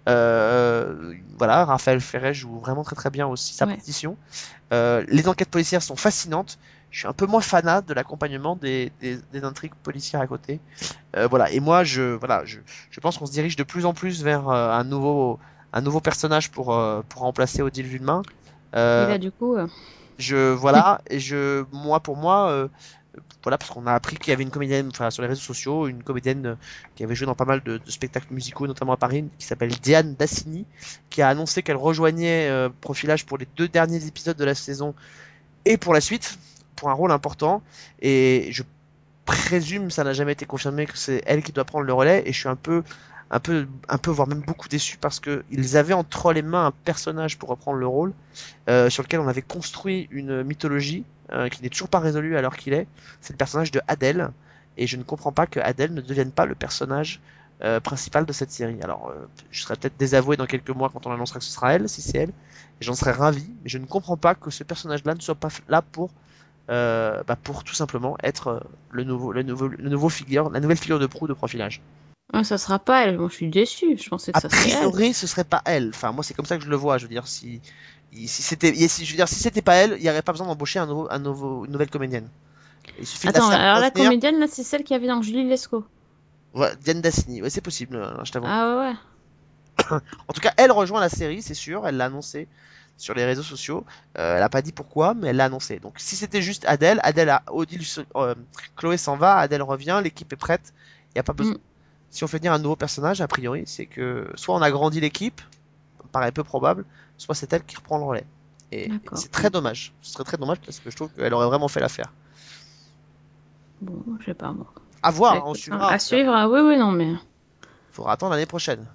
Euh, voilà, Raphaël Ferret joue vraiment très très bien aussi sa Ouais. partition. Euh, les enquêtes policières sont fascinantes. Je suis un peu moins fanat de l'accompagnement des, des, des intrigues policières à côté. Euh, voilà. Et moi, je, voilà, je, je pense qu'on se dirige de plus en plus vers euh, un nouveau, un nouveau personnage pour, euh, pour remplacer Odile Villemain. Oui, Euh, là, du coup. euh, je, voilà. Et je, moi, pour moi, euh, voilà, parce qu'on a appris qu'il y avait une comédienne, enfin, sur les réseaux sociaux, une comédienne euh, qui avait joué dans pas mal de, de spectacles musicaux, notamment à Paris, qui s'appelle Diane Dassini, qui a annoncé qu'elle rejoignait euh, Profilage pour les deux derniers épisodes de la saison et pour la suite, pour un rôle important. Et je présume, ça n'a jamais été confirmé, que c'est elle qui doit prendre le relais. Et je suis un peu, un peu, un peu, voire même beaucoup déçu parce que ils avaient entre les mains un personnage pour reprendre le rôle, euh, sur lequel on avait construit une mythologie euh, qui n'est toujours pas résolue à l'heure qu'il est. C'est le personnage de Adèle. Et je ne comprends pas que Adèle ne devienne pas le personnage euh, principal de cette série. Alors, euh, je serai peut-être désavoué dans quelques mois quand on annoncera que ce sera elle, si c'est elle, et j'en serais ravi, mais je ne comprends pas que ce personnage-là ne soit pas là pour, euh, bah pour tout simplement être euh, le nouveau, le nouveau, le nouveau figure, la nouvelle figure de proue de Profilage. ah, ça sera pas elle. Bon, je suis déçue. Je pensais que A ça serait elle. priori, ce serait pas elle. Enfin, moi, c'est comme ça que je le vois. Je veux dire, si, si c'était, si, je veux dire, si c'était pas elle, il n'y aurait pas besoin d'embaucher un nouveau, un nouveau, une nouvelle comédienne. Il suffit de la Attends, faire alors la revenir. comédienne, là, c'est celle qui avait dans Julie Lescaut. Ouais, Diane Dassini, ouais, c'est possible, euh, je t'avoue. Ah ouais, ouais. En tout cas, elle rejoint la série, c'est sûr, elle l'a annoncé sur les réseaux sociaux. Euh, elle a pas dit pourquoi, mais elle l'a annoncé. Donc si c'était juste Adèle, Adèle a Odile, euh, Chloé s'en va, Adèle revient, l'équipe est prête, il y a pas besoin. Mm. Si on fait venir un nouveau personnage, a priori, c'est que soit on a grandi l'équipe, ça me paraît peu probable, soit c'est elle qui reprend le relais. Et, et D'accord. c'est très dommage. Ce serait très dommage parce que je trouve qu'elle aurait vraiment fait l'affaire. Bon, je sais pas, bon. À voir, hein, on Écoute, suivra. à suivre, ah, oui, oui, non, mais. Faudra attendre l'année prochaine.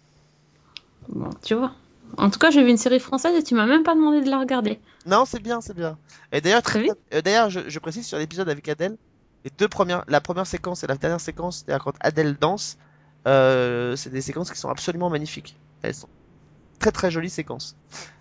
Bon, tu vois. En tout cas, j'ai vu une série française et tu m'as même pas demandé de la regarder. Non, c'est bien, c'est bien. Et d'ailleurs, Très très- euh, d'ailleurs, je, je précise sur l'épisode avec Adèle, les deux premières, la première séquence et la dernière séquence, c'est-à-dire quand Adèle danse, euh, c'est des séquences qui sont absolument magnifiques. Elles sont très très jolies séquences.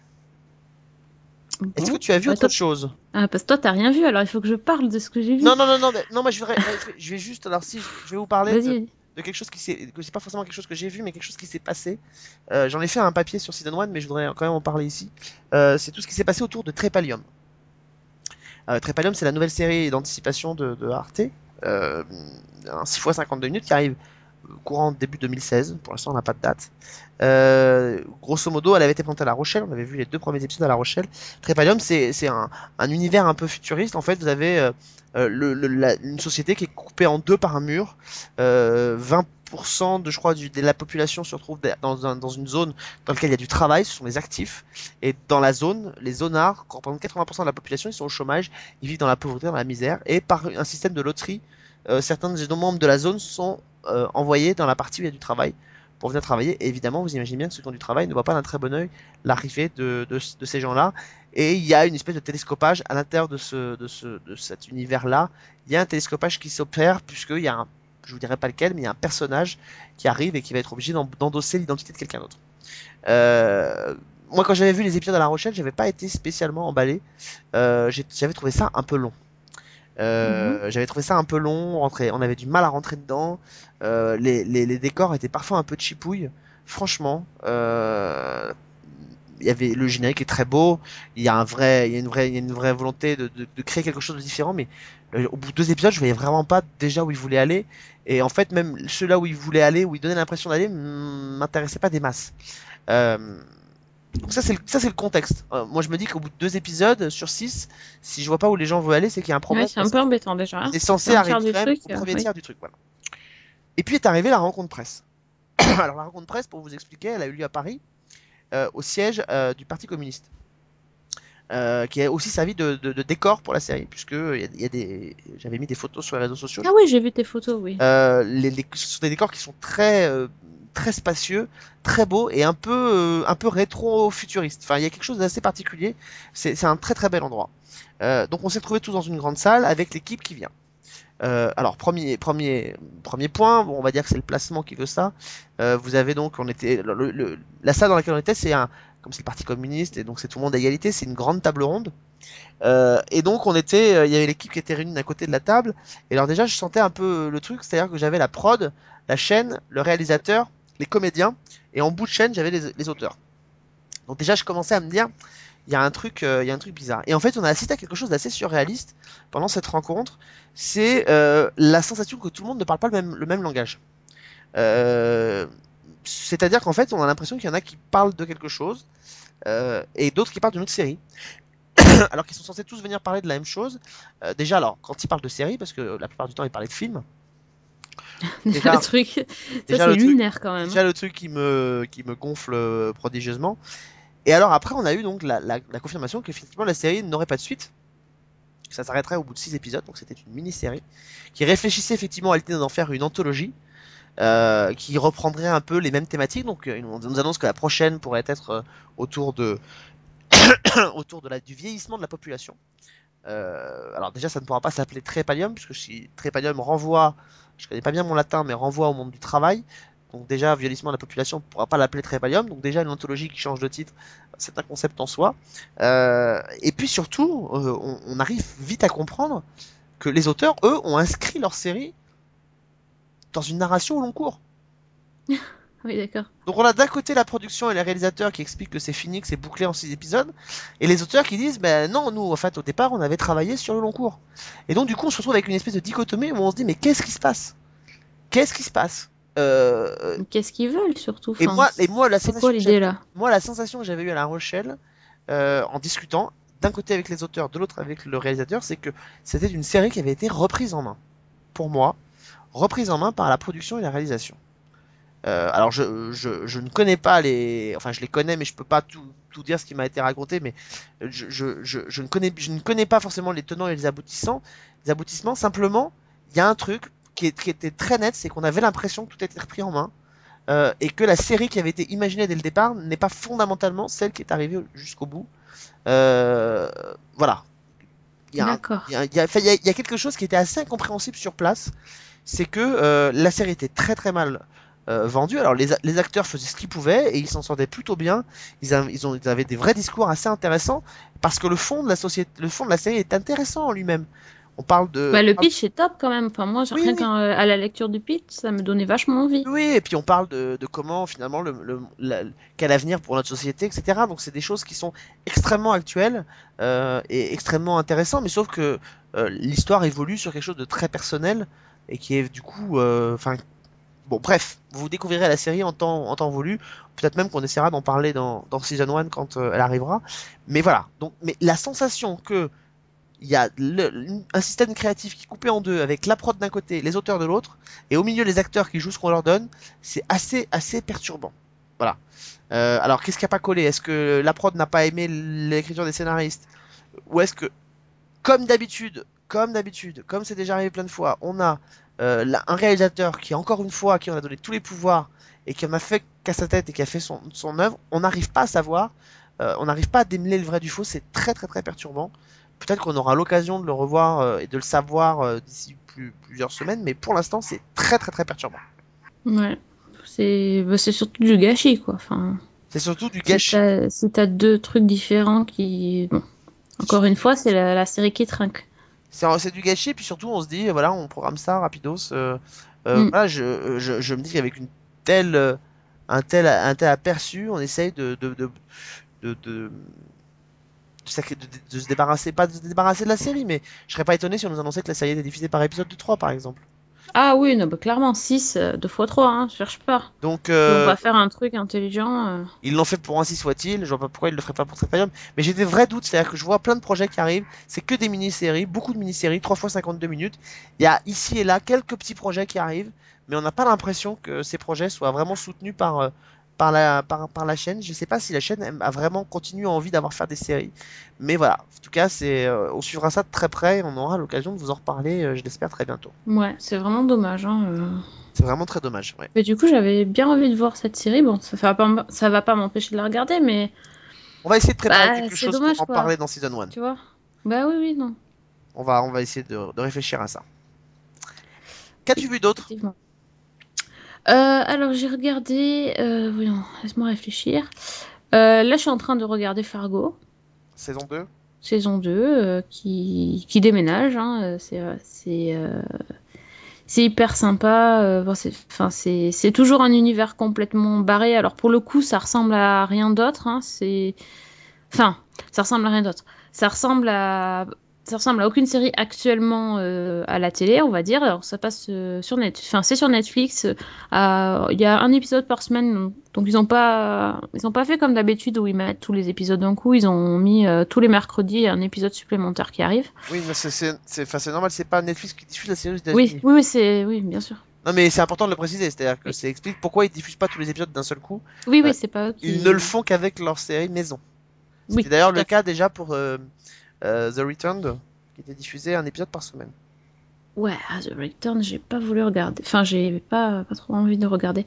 Est-ce que Bon. tu as vu Bah, autre toi- chose? Ah, parce que toi, t'as rien vu, alors il faut que je parle de ce que j'ai vu. Non, non, non, non, mais- non, moi je vais, je vais- je vais juste, alors si, je vais vous parler Vas-y, de, vas-y. de quelque chose qui s'est, que c'est pas forcément quelque chose que j'ai vu, mais quelque chose qui s'est passé. Euh, j'en ai fait un papier sur Season un, mais je voudrais quand même en parler ici. Euh, c'est tout ce qui s'est passé autour de Trépalium. Euh, Trépalium, c'est la nouvelle série d'anticipation de, de Arte, euh, un six fois cinquante-deux minutes qui arrive courant début deux mille seize. Pour l'instant, on n'a pas de date. Euh, grosso modo, elle avait été présentée à La Rochelle. On avait vu les deux premiers épisodes à La Rochelle. Trépalium, c'est c'est un, un univers un peu futuriste. En fait, vous avez euh, euh, le, le- la- une société qui est coupée en deux par un mur. Euh, vingt pour cent de, je crois, du, de la population se retrouve dans, un- dans une zone dans laquelle il y a du travail. Ce sont les actifs. Et dans la zone, les zonards, quand pendant quatre-vingts pour cent de la population, ils sont au chômage. Ils vivent dans la pauvreté, dans la misère. Et par un système de loterie, euh, certains des membres de la zone sont euh, envoyés dans la partie où il y a du travail pour venir travailler. Et évidemment, vous imaginez bien que ceux qui ont du travail ne voient pas d'un très bon œil l'arrivée de, de, de ces gens-là. Et il y a une espèce de télescopage à l'intérieur de, ce, de, ce, de cet univers-là. Il y a un télescopage qui s'opère, puisqu'il y a un, je vous dirai pas lequel, mais il y a un personnage qui arrive et qui va être obligé d'en- d'endosser l'identité de quelqu'un d'autre. Euh, moi, quand j'avais vu les épisodes à La Rochelle, j'avais pas été spécialement emballé. Euh, j'ai- j'avais trouvé ça un peu long. Euh, J'avais trouvé ça un peu long, on, rentrait, on avait du mal à rentrer dedans. Euh, les, les, les décors étaient parfois un peu chipouilles. Franchement, euh, il y avait le générique est très beau. Il y a un vrai, il y a une vraie, il y a une vraie volonté de, de, de créer quelque chose de différent. Mais euh, au bout de deux épisodes, je voyais vraiment pas déjà où ils voulaient aller. Et en fait, même ceux-là où ils voulaient aller, où ils donnaient l'impression d'aller, m'intéressaient pas des masses. Euh, donc ça c'est le, ça c'est le contexte. Euh, moi je me dis qu'au bout de deux épisodes sur six, si je vois pas où les gens veulent aller, c'est qu'il y a un problème. Ouais, c'est un peu embêtant déjà. hein. C'est censé Un arriver tiers du quand même truc, au premier euh, oui. tiers du truc, voilà. Et puis est arrivée la rencontre presse. Alors la rencontre presse, pour vous expliquer, elle a eu lieu à Paris, euh, au siège euh, du Parti communiste. Euh, qui a aussi servi de, de, de décor pour la série, puisque il y a, il y a des, j'avais mis des photos sur les réseaux sociaux. Ah oui, j'ai vu tes photos, oui. Euh, les, les, ce sont des décors qui sont très, euh, très spacieux, très beaux et un peu, euh, un peu rétro-futuriste. Enfin, il y a quelque chose d'assez particulier. C'est, c'est un très très bel endroit. Euh, donc, on s'est retrouvés tous dans une grande salle avec l'équipe qui vient. Euh, alors premier premier premier point, bon, on va dire que c'est le placement qui veut ça. Euh, vous avez donc, on était le, le, le, la salle dans laquelle on était, c'est un, comme c'est le Parti communiste et donc c'est tout le monde à égalité, c'est une grande table ronde. Euh, et donc on était, euh, il y avait l'équipe qui était réunie d'un côté de la table. Et alors déjà je sentais un peu le truc, c'est-à-dire que j'avais la prod, la chaîne, le réalisateur, les comédiens, et en bout de chaîne j'avais les, les auteurs. Donc déjà je commençais à me dire, il y a un truc, euh, il y a un truc bizarre. Et en fait on a assisté à quelque chose d'assez surréaliste pendant cette rencontre. C'est euh, la sensation que tout le monde ne parle pas le même, le même langage. Euh, c'est-à-dire qu'en fait on a l'impression qu'il y en a qui parlent de quelque chose euh, et d'autres qui parlent d'une autre série. Alors qu'ils sont censés tous venir parler de la même chose. Euh, déjà, alors, quand ils parlent de séries, parce que la plupart du temps ils parlaient de films. Déjà, le truc, ça déjà c'est le truc- lunaire quand même. Déjà le truc qui me, qui me gonfle euh, prodigieusement. Et alors après, on a eu donc la, la, la confirmation qu'effectivement la série n'aurait pas de suite. Ça s'arrêterait au bout de six épisodes, donc c'était une mini-série qui réfléchissait effectivement à l'idée d'en faire une anthologie. Euh, qui reprendrait un peu les mêmes thématiques. Donc, euh, on nous annonce que la prochaine pourrait être euh, autour de autour de la, du vieillissement de la population. Euh, alors déjà, ça ne pourra pas s'appeler Trépalium, puisque si Trépalium renvoie, je connais pas bien mon latin, mais renvoie au monde du travail. Donc déjà, vieillissement de la population, on ne pourra pas l'appeler Trépalium. Donc déjà, une anthologie qui change de titre, c'est un concept en soi. Euh, et puis surtout, euh, on, on arrive vite à comprendre que les auteurs, eux, ont inscrit leur série dans une narration au long cours. Oui, d'accord. Donc on a d'un côté la production et les réalisateurs qui expliquent que c'est fini, que c'est bouclé en six épisodes, et les auteurs qui disent ben non, nous en fait au départ on avait travaillé sur le long cours. Et donc du coup on se retrouve avec une espèce de dichotomie où on se dit mais qu'est-ce qui se passe? Qu'est-ce qui se passe? euh... Mais qu'est-ce qu'ils veulent surtout? Et enfin, moi, et moi la c'est sensation quoi que l'idée j'avais- là? moi la sensation que j'avais eue à La Rochelle euh, en discutant d'un côté avec les auteurs, de l'autre avec le réalisateur, c'est que c'était une série qui avait été reprise en main. Pour moi, reprise en main par la production et la réalisation. Euh, alors je, je, je ne connais pas les, enfin je les connais mais je peux pas tout, tout dire ce qui m'a été raconté, mais je, je, je, je ne connais je ne connais pas forcément les tenants et les aboutissants, les aboutissements. Simplement, il y a un truc qui, est, qui était très net, c'est qu'on avait l'impression que tout était repris en main euh, et que la série qui avait été imaginée dès le départ n'est pas fondamentalement celle qui est arrivée jusqu'au bout. Euh, voilà. Il y, a un- D'accord. il, y a, il, y a, enfin, il, y a, il y a quelque chose qui était assez incompréhensible sur place, c'est que euh, la série était très très mal euh, vendue. Alors les, a- les acteurs faisaient ce qu'ils pouvaient et ils s'en sortaient plutôt bien. Ils, av- ils, ont, ils avaient des vrais discours assez intéressants parce que le fond de la société, le fond de la série est intéressant en lui-même. On parle de, Bah, le on parle- pitch est top quand même. Enfin, moi, Oui, rien oui. qu'à à la lecture du pitch, ça me donnait vachement envie. Oui, et puis on parle de, de comment finalement le, le la- quel avenir pour notre société, et cetera. Donc c'est des choses qui sont extrêmement actuelles euh, et extrêmement intéressantes, mais sauf que euh, l'histoire évolue sur quelque chose de très personnel et qui est du coup, euh, enfin, bon, bref, vous découvrirez la série en temps en temps voulu. Peut-être même qu'on essaiera d'en parler dans dans season one quand euh, elle arrivera. Mais voilà. Donc, mais la sensation que il y a le- un système créatif qui est coupé en deux avec la prod d'un côté, les auteurs de l'autre, et au milieu les acteurs qui jouent ce qu'on leur donne, c'est assez assez perturbant. Voilà. Euh, alors qu'est-ce qui a pas collé? Est-ce que la prod n'a pas aimé l'écriture des scénaristes? Ou est-ce que, comme d'habitude, comme d'habitude, comme c'est déjà arrivé plein de fois, on a euh, là, un réalisateur qui, encore une fois, à qui on a donné tous les pouvoirs et qui en a fait qu'à sa tête et qui a fait son, son œuvre, on n'arrive pas à savoir, euh, on n'arrive pas à démêler le vrai du faux, c'est très très très perturbant. Peut-être qu'on aura l'occasion de le revoir euh, et de le savoir euh, d'ici plus, plusieurs semaines, mais pour l'instant c'est très très très perturbant. Ouais. C'est bah, c'est surtout du gâchis, quoi. Enfin, C'est surtout du si gâchis. t'as si t'as deux trucs différents qui. Bon. Encore une fois, c'est la, la série qui trinque. C'est c'est du gâchis, et puis surtout on se dit, voilà, on programme ça rapidos. Euh, euh, Mm. voilà, je, je, je me dis qu'avec une telle, euh, un tel, un tel aperçu, on essaye de, de, de, de, de, de sacré- de- de- de se débarrasser, pas de se débarrasser de la série, mais je serais pas étonné si on nous annonçait que la série était diffusée par épisode de trois par exemple. Ah oui, non, bah, clairement, six, deux fois trois, hein, je cherche pas. Donc, Ils vont euh, pas faire un truc intelligent. euh. ils l'ont fait pour ainsi soit-il. Je vois pas pourquoi ils le feraient pas pour Trépanium. Mais j'ai des vrais doutes. C'est-à-dire que je vois plein de projets qui arrivent. C'est que des mini-séries, beaucoup de mini-séries, trois fois cinquante-deux minutes. Il y a ici et là quelques petits projets qui arrivent, mais on n'a pas l'impression que ces projets soient vraiment soutenus par, euh, par la, par, par la chaîne. Je sais pas si la chaîne aime- a vraiment continué envie d'avoir faire des séries. Mais voilà. En tout cas, c'est, euh, on suivra ça de très près. Et on aura l'occasion de vous en reparler, euh, je l'espère, très bientôt. Ouais, c'est vraiment dommage. Hein, euh. C'est vraiment très dommage. Ouais. Mais du coup, j'avais bien envie de voir cette série. Bon, ça va pas, m- ça va pas m'empêcher de la regarder, mais On va essayer de préparer bah, quelque c'est chose pour dommage, en quoi. parler dans Season un. Tu vois? Bah oui, oui, non. On va, on va essayer de, de réfléchir à ça. Oui, Qu'as-tu vu d'autre? effectivement. Euh, alors, j'ai regardé. Euh, voyons, laisse-moi réfléchir. Euh, là, je suis en train de regarder Fargo, Saison deux? saison deux, euh, qui, qui déménage. Hein, euh, c'est, euh, c'est, euh, c'est hyper sympa. euh, bon, c'est, enfin, c'est, c'est toujours un univers complètement barré. Alors, pour le coup, ça ressemble à rien d'autre. Hein, c'est, enfin, ça ressemble à rien d'autre. Ça ressemble à, ça ressemble à aucune série actuellement euh, à la télé, on va dire. Alors, ça passe euh, sur Net, enfin, c'est sur Netflix. euh, à- Il y a un épisode par semaine, donc donc ils ont pas, ils ont pas fait comme d'habitude où ils mettent tous les épisodes d'un coup. Ils ont mis euh, tous les mercredis un épisode supplémentaire qui arrive. Oui, mais c'est c'est- c'est- enfin, c'est normal, c'est pas Netflix qui diffuse la série aux Oui, États-Unis. oui, oui, c'est, oui, bien sûr. Non, mais c'est important de le préciser, c'est-à-dire que Oui, ça explique pourquoi ils diffusent pas tous les épisodes d'un seul coup. oui, Euh, oui, c'est pas eux ils ne le qui. font qu'avec leur série maison. C'était Oui, d'ailleurs tout le à fait. cas déjà pour euh, euh, The Returned, qui était diffusé un épisode par semaine. Ouais, ah, The Return, j'ai pas voulu regarder. Enfin, j'ai pas, pas trop envie de regarder.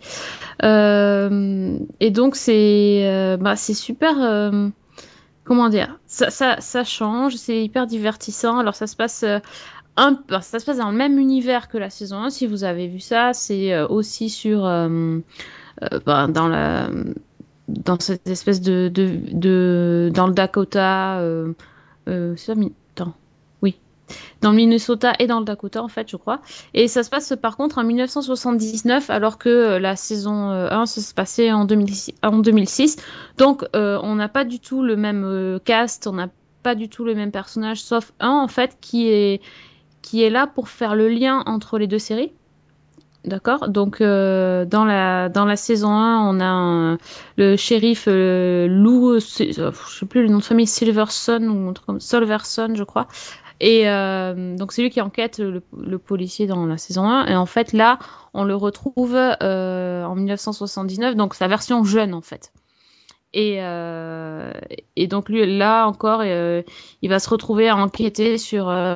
Euh, et donc c'est euh, bah, c'est super. euh, comment dire? Ça, ça, ça change, c'est hyper divertissant. Alors ça se passe euh, un, bah, ça se passe dans le même univers que la saison un. Si vous avez vu ça, c'est euh, aussi sur euh, euh, bah, dans la dans cette espèce de de, de dans le Dakota. Euh, euh, c'est ça, Mi- attends. Oui, dans le Minnesota et dans le Dakota, en fait, je crois. Et ça se passe par contre en mille neuf cent soixante-dix-neuf, alors que euh, la saison euh, un ça se passait en deux mille six. En deux mille six. Donc, euh, on n'a pas du tout le même euh, cast, on n'a pas du tout le même personnage, sauf un, en fait, qui est, qui est là pour faire le lien entre les deux séries. D'accord. Donc, euh, dans la, dans la saison un, on a un- le shérif euh, Lou, c'est- euh, je sais plus le nom de famille, Silverson ou un truc comme Solverson, je crois. Et euh, donc, c'est lui qui enquête le, le policier dans la saison un. Et en fait, là, on le retrouve euh, en mille neuf cent soixante-dix-neuf, donc sa version jeune, en fait. Et, euh, et donc lui, là encore, euh, il va se retrouver à enquêter sur euh,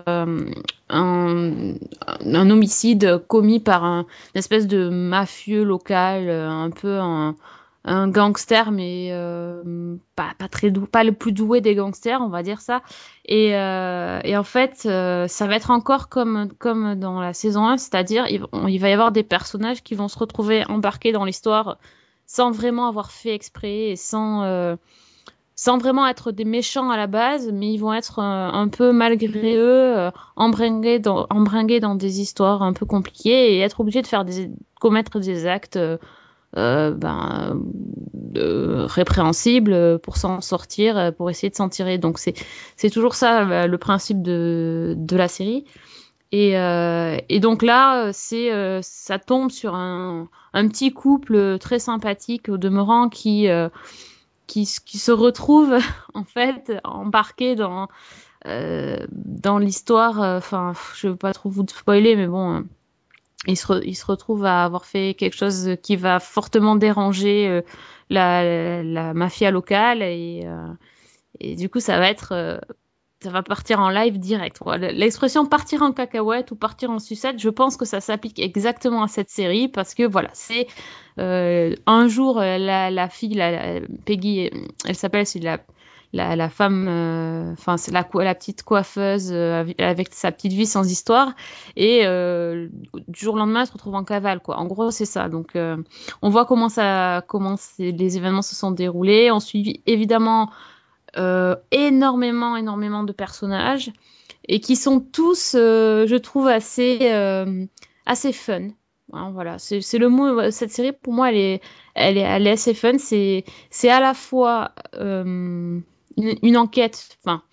un, un homicide commis par un, une espèce de mafieux local, euh, un peu un, un gangster, mais euh, pas, pas très dou pas le plus doué des gangsters, on va dire ça. Et, euh, et en fait, euh, ça va être encore comme, comme dans la saison un, c'est-à-dire il, il va y avoir des personnages qui vont se retrouver embarqués dans l'histoire sans vraiment avoir fait exprès et sans, euh, sans vraiment être des méchants à la base, mais ils vont être euh, un peu malgré eux, euh, embringués, dans, embringués dans des histoires un peu compliquées et être obligés de faire des, commettre des actes euh, euh, ben, euh, répréhensibles pour s'en sortir, euh, pour essayer de s'en tirer. Donc c'est, c'est toujours ça euh, le principe de, de la série. Et, euh, et donc là, c'est, euh, ça tombe sur un, un petit couple très sympathique au demeurant qui, euh, qui, qui se retrouve en fait embarqué dans, euh, dans l'histoire. Enfin, euh, je ne veux pas trop vous spoiler, mais bon, euh, il, se re, il se retrouve à avoir fait quelque chose qui va fortement déranger euh, la, la, la mafia locale. Et, euh, et du coup, ça va être... Euh, ça va partir en live direct. L'expression partir en cacahuète ou partir en sucette, je pense que ça s'applique exactement à cette série parce que voilà, c'est euh, un jour la, la fille, la, Peggy, elle s'appelle, c'est la, la, la femme, enfin euh, c'est la, la petite coiffeuse euh, avec sa petite vie sans histoire et euh, du jour au lendemain elle se retrouve en cavale quoi. En gros c'est ça. Donc euh, on voit comment ça, comment les événements se sont déroulés. On suit évidemment Euh, énormément, énormément de personnages et qui sont tous, euh, je trouve, assez, euh, assez fun. Hein, voilà, c'est, c'est le mot. Cette série, pour moi, elle est, elle est, elle est assez fun. C'est, c'est à la fois euh, une, une enquête. Enfin,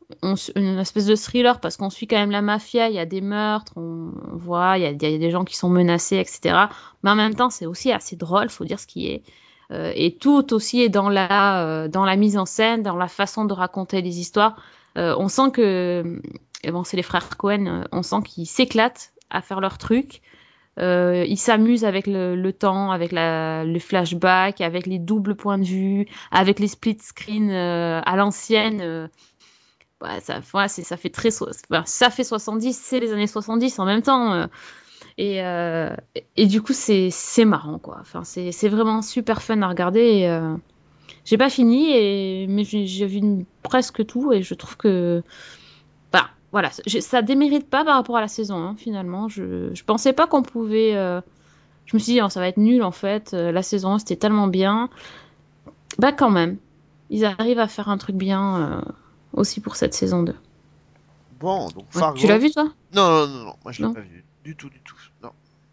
on, une espèce de thriller parce qu'on suit quand même la mafia, il y a des meurtres, on, on voit, il y a, il y a des gens qui sont menacés, et cetera. Mais en même temps, c'est aussi assez drôle, faut dire ce qui est. Euh, et tout aussi est dans la, euh, dans la mise en scène, dans la façon de raconter les histoires. Euh, on sent que, et bon, c'est les frères Cohen, euh, on sent qu'ils s'éclatent à faire leur truc. Euh, ils s'amusent avec le, le temps, avec la, le flashback, avec les doubles points de vue, avec les split screen euh, à l'ancienne. Euh, ouais, ça, ouais, c'est, ça fait très, so- enfin, ça fait soixante-dix, c'est les années soixante-dix en même temps. Euh, et, euh, et du coup, c'est, c'est marrant, quoi. Enfin, c'est, c'est vraiment super fun à regarder. Et, euh, j'ai pas fini, et, mais j'ai, j'ai vu une- presque tout, et je trouve que, bah, voilà, je- ça démérite pas par rapport à la saison un, finalement. Je, je pensais pas qu'on pouvait. euh, Je me suis dit, oh, ça va être nul en fait. Euh, la saison un, c'était tellement bien. Bah, quand même, ils arrivent à faire un truc bien euh, aussi pour cette saison deux. Bon, donc Ouais. Tu l'as Fargo. vu, toi? Non, non, non, non, moi je l'ai Non? pas vu. Du tout, du tout. Non,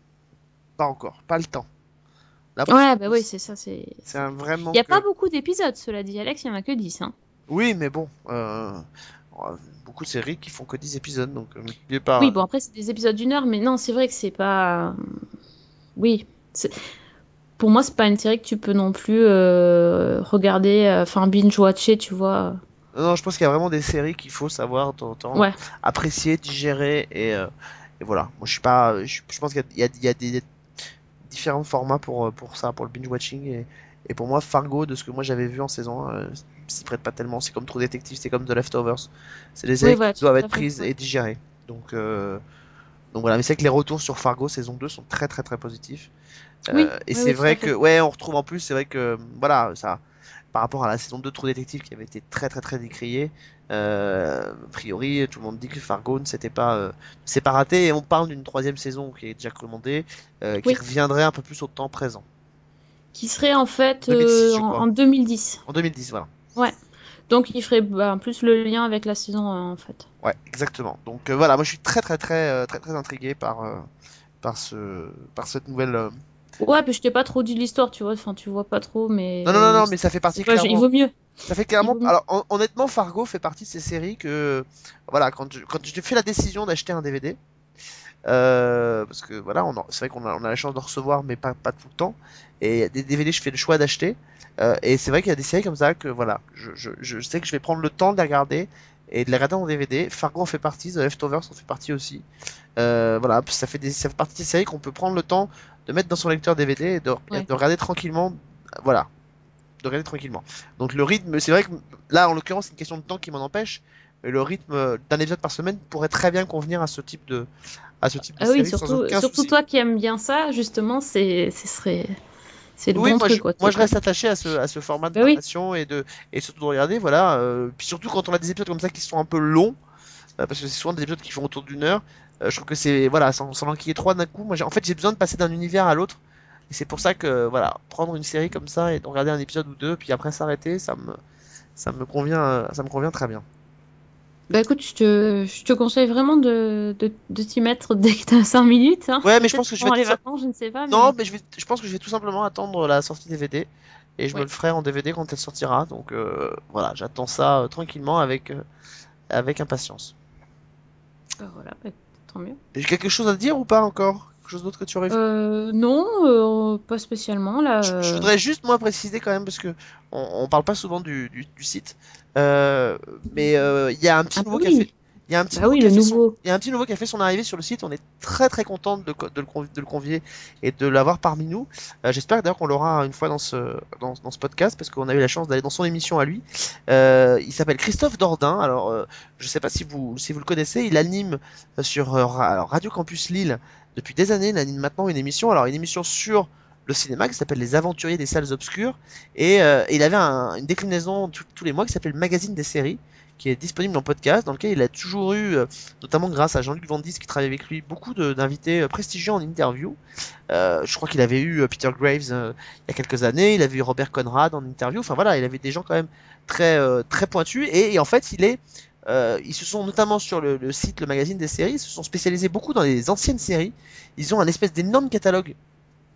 pas encore. Pas le temps. Là, Ouais, bah oui, c'est ça. C'est. c'est un vrai Il n'y a manque. pas beaucoup d'épisodes, cela dit, Alex, il n'y en a que dix. Hein. Oui, mais bon. Euh... euh, Beaucoup de séries qui font que dix épisodes, donc euh, multiplié par. Oui, euh, bon, après, c'est des épisodes d'une heure, mais non, c'est vrai que c'est pas. Oui. c'est- Pour moi, c'est pas une série que tu peux non plus euh, regarder, euh, enfin, binge-watcher, tu vois. Non, non, je pense qu'il y a vraiment des séries qu'il faut savoir de temps en temps Ouais. apprécier, digérer et, euh, et voilà. Moi, je suis pas. Je, je pense qu'il y a, il y a- il y a des différents formats pour, euh, pour ça, pour le binge watching et, et pour moi, Fargo, de ce que moi j'avais vu en saison un, euh, s'y prête pas tellement. C'est comme True Detective, c'est comme The Leftovers. C'est des Oui, séries voilà, qui tout doivent à être fait. prises Ouais. et digérées. Donc, euh, donc voilà. Mais c'est vrai que les retours sur Fargo saison deux sont très très très positifs. Oui, Euh, et oui, c'est oui, tout à vrai que, fait. ouais, on retrouve en plus, c'est vrai que, voilà, ça, par rapport à la saison deux de True Detective qui avait été très très très décriée, euh, a priori, tout le monde dit que Fargo ne s'était pas, euh, s'est pas raté, et on parle d'une troisième saison qui est déjà commandée, euh, qui Oui. reviendrait un peu plus au temps présent. Qui serait en fait deux mille six, euh, je en, crois. en deux mille dix. En deux mille dix, voilà. Ouais. Donc il ferait bah, plus le lien avec la saison un, en fait. Ouais, exactement. Donc euh, voilà, moi je suis très très très euh, très très intrigué par, euh, par ce, par cette nouvelle. euh, Ouais, puis je t'ai pas trop dit l'histoire, tu vois. Enfin, tu vois pas trop, Non, non, non, mais non, mais ça fait partie ouais, je- il clairement. vaut mieux. Ça fait Il clairement. vaut mieux. Alors, hon- honnêtement, Fargo fait partie de ces séries que, voilà, quand je, quand j'ai fait la décision d'acheter un D V D, euh, parce que voilà, on en- c'est vrai qu'on a, on a la chance de recevoir, mais pas, pas tout le temps. Et il y a des D V D, je fais le choix d'acheter. Euh, et c'est vrai qu'il y a des séries comme ça que, voilà, je, je, je sais que je vais prendre le temps de les regarder et de les regarder en D V D. Fargo en fait partie, The Leftovers en fait partie aussi. Euh, voilà, ça fait des, ça fait partie des séries qu'on peut prendre le temps de mettre dans son lecteur D V D et de, et Ouais. de regarder tranquillement. Voilà, de regarder tranquillement. Donc le rythme, c'est vrai que là, en l'occurrence, c'est une question de temps qui m'en empêche. Mais le rythme d'un épisode par semaine pourrait très bien convenir à ce type de, à ce type de Ah oui, série sans surtout, aucun surtout souci. toi qui aimes bien ça, justement, c'est, ce serait, c'est le Oui, bon moi je, truc, quoi. moi C'est je comme- reste attaché à ce, à ce format de Bah oui. narration et de, et surtout de regarder, voilà. euh, puis surtout quand on a des épisodes comme ça qui sont un peu longs, euh, parce que c'est souvent des épisodes qui font autour d'une heure. euh, je trouve que c'est, voilà, sans, sans enquiller trois d'un coup. Moi, j'ai- en fait, j'ai besoin de passer d'un univers à l'autre. Et c'est pour ça que, voilà, prendre une série comme ça et de regarder un épisode ou deux, puis après s'arrêter, ça me, ça me convient, euh, ça me convient très bien. Bah écoute, je te, je te conseille vraiment de, de, de t'y mettre dès que t'as cinq minutes. Hein. Ouais, mais je Peut-être pense que je vais pendant tout les ça. vacances, je ne sais pas, Non, mais mais je vais, je pense que je vais tout simplement attendre la sortie D V D et je me ouais. le ferai en D V D quand elle sortira. Donc euh, voilà, j'attends ça euh, tranquillement avec, euh, avec impatience. Bah voilà, bah, tant mieux. J'ai quelque chose à dire ou pas encore? Quelque chose d'autre que tu aurais vu? Euh, non, euh, pas spécialement là. Je, je euh. voudrais juste moi préciser quand même parce que on, on parle pas souvent du, du, du site, euh, mais euh, il y a un petit Ah bah nouveau qui a fait, oui, il y a un petit bah nouveau oui, qui a le fait son, nouveau. il y a un petit nouveau qui a fait son arrivée sur le site. On est très très content de, le co- de le conv- de le convier et de l'avoir parmi nous. Euh, j'espère d'ailleurs qu'on l'aura une fois dans ce dans, dans ce podcast parce qu'on a eu la chance d'aller dans son émission à lui. Euh, il s'appelle Christophe Dordain. Alors euh, je sais pas si vous si vous le connaissez. Il anime sur euh, Ra- alors, Radio Campus Lille depuis des années. Il anime maintenant une émission. Alors une émission sur le cinéma qui s'appelle Les Aventuriers des Salles Obscures et, euh, et il avait un- une déclinaison tous tous les mois qui s'appelle le Magazine des séries qui est disponible en podcast dans lequel il a toujours eu euh, notamment grâce à Jean-Luc Vandis qui travaille avec lui beaucoup de- d'invités euh, prestigieux en interview. Euh, je crois qu'il avait eu euh, Peter Graves euh, il y a quelques années, il avait eu Robert Conrad en interview, enfin voilà, il avait des gens quand même très euh, très pointus et, et en fait il est euh, ils se sont notamment sur le, le site le magazine des séries, ils se sont spécialisés beaucoup dans les anciennes séries. Ils ont un espèce d'énorme catalogue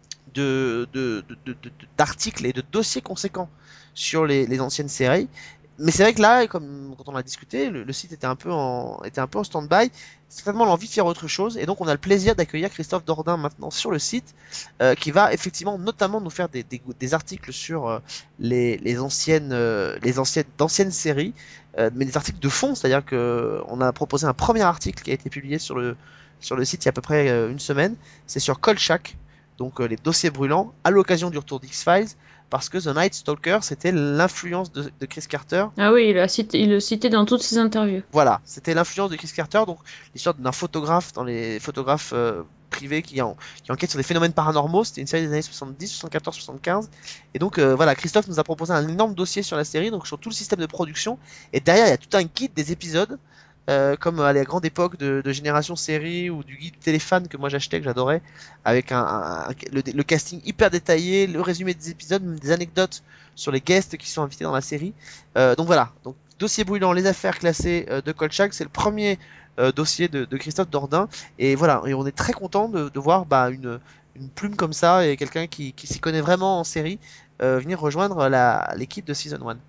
de, de, de- de- de- d'articles et de dossiers conséquents sur les, les anciennes séries. mais c'est vrai que là, comme quand on a discuté, le, le site était un peu en, était un peu en stand-by. Certainement l'envie de faire autre chose, et donc on a le plaisir d'accueillir Christophe Dordain maintenant sur le site, euh, qui va effectivement notamment nous faire des, des, des articles sur euh, les, les anciennes, euh, les anciennes, d'anciennes séries, euh, mais des articles de fond, c'est-à-dire que on a proposé un premier article qui a été publié sur le sur le site il y a à peu près euh, une semaine. C'est sur Kolchak, donc euh, les dossiers brûlants, à l'occasion du retour d'X-Files. Parce que The Night Stalker, c'était l'influence de, de Chris Carter. Ah oui, il, a cité, il le citait dans toutes ses interviews. Voilà, c'était l'influence de Chris Carter, donc l'histoire d'un photographe, dans les photographes euh, privés qui, en, qui enquêtent sur des phénomènes paranormaux. C'était une série des années soixante-dix, soixante-quatorze, soixante-quinze. Et donc euh, voilà, Christophe nous a proposé un énorme dossier sur la série, donc sur tout le système de production. Et derrière, il y a tout un guide des épisodes. Euh, comme à la grande époque de, de Génération Série ou du guide téléphone que moi j'achetais, que j'adorais, avec un, un, un le, le casting hyper détaillé, le résumé des épisodes, même des anecdotes sur les guests qui sont invités dans la série. Euh, donc voilà, donc dossier brûlant, les affaires classées euh, de Kolchak, c'est le premier euh, dossier de, de Christophe Dordain, et voilà, et on est très content de, de voir bah, une, une plume comme ça et quelqu'un qui, qui s'y connaît vraiment en série euh, venir rejoindre la, l'équipe de Season un.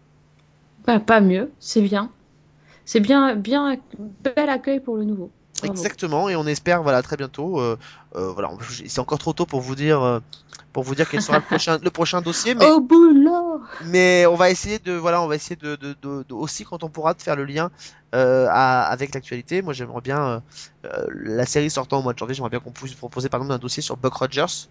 Bah, pas mieux, c'est bien. C'est bien, bien, bel accueil pour le nouveau. Bravo. Exactement, et on espère voilà très bientôt. Euh, euh, voilà, c'est encore trop tôt pour vous dire euh, pour vous dire quel sera le prochain le prochain dossier, mais au boulot. Mais on va essayer de voilà, on va essayer de, de, de, de aussi quand on pourra de faire le lien euh, à, avec l'actualité. Moi, j'aimerais bien euh, euh, la série sortant au mois de janvier, j'aimerais bien qu'on puisse proposer par exemple un dossier sur Buck Rogers,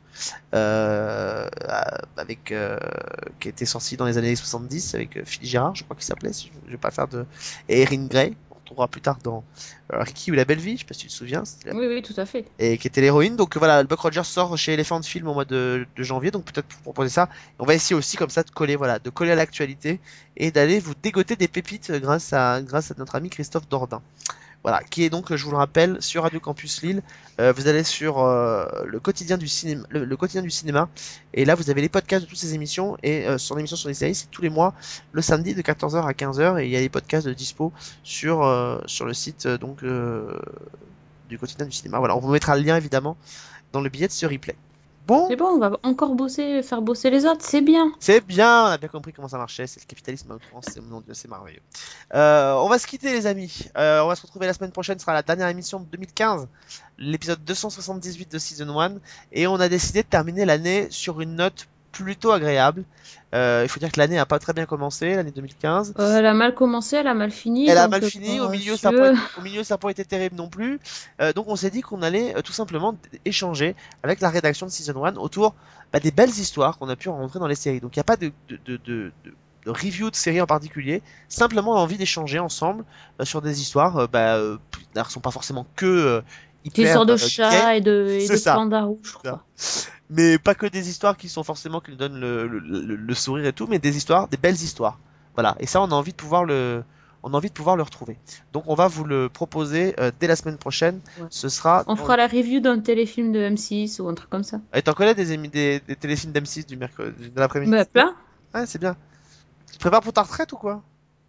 euh, avec euh, qui était sorti dans les années soixante-dix avec euh, Phil Girard, je crois qu'il s'appelait. Si je, je vais pas faire de et Erin Gray. On retrouvera plus tard dans euh, Ricky ou la Belle Vie, je sais pas si tu te souviens. La... Oui, oui, tout à fait. Et qui était l'héroïne. Donc voilà, Buck Rogers sort chez Elephant Film au mois de, de janvier, donc peut-être pour proposer ça. On va essayer aussi comme ça de coller, voilà, de coller à l'actualité et d'aller vous dégoter des pépites grâce à grâce à notre ami Christophe Dordain. Voilà, qui est donc, je vous le rappelle, sur Radio Campus Lille. Euh, vous allez sur euh, le quotidien du cinéma, le, le quotidien du cinéma, et là vous avez les podcasts de toutes ces émissions, et euh, son émission sur les séries, c'est tous les mois, le samedi de quatorze heures à quinze heures, et il y a les podcasts de dispo sur euh, sur le site euh, donc euh, du quotidien du cinéma. Voilà, on vous mettra le lien évidemment dans le billet de ce replay. Bon. C'est bon, on va encore bosser, faire bosser les autres, c'est bien. C'est bien, on a bien compris comment ça marchait, c'est le capitalisme à outrance, c'est, mon Dieu, c'est merveilleux. Euh, on va se quitter les amis, euh, on va se retrouver la semaine prochaine, ce sera la dernière émission de deux mille quinze, l'épisode deux cent soixante-dix-huit de Season un, et on a décidé de terminer l'année sur une note plutôt agréable. Euh, il faut dire que l'année a pas très bien commencé, l'année deux mille quinze. Euh, elle a mal commencé, elle a mal fini. Elle a donc, mal fini, euh, au milieu, si ça a tu pas veux. été, au milieu ça n'a pas été terrible non plus. Euh, donc on s'est dit qu'on allait euh, tout simplement d- échanger avec la rédaction de Season un autour bah, des belles histoires qu'on a pu rencontrer dans les séries. Donc il n'y a pas de, de, de, de, de- de review de séries en particulier, simplement envie d'échanger ensemble euh, sur des histoires euh, bah, euh, qui ne sont pas forcément que euh, Des hyper histoires de euh, chats gays, et de, et c'est de ça. pandas rouges, quoi. mais pas que des histoires qui sont forcément qui nous donnent le, le, le, le sourire et tout, mais des histoires, des belles histoires. Voilà. Et ça, on a envie de pouvoir le, on a envie de pouvoir le retrouver. Donc, on va vous le proposer euh, dès la semaine prochaine. Ouais. Ce sera. On fera la review d'un téléfilm de M six ou un truc comme ça. Et t'en connais des, émi- des, des téléfilms d'M six du mercredi, de l'après-midi? Bah, plein. Ouais, c'est bien. Tu te prépares pour ta retraite ou quoi?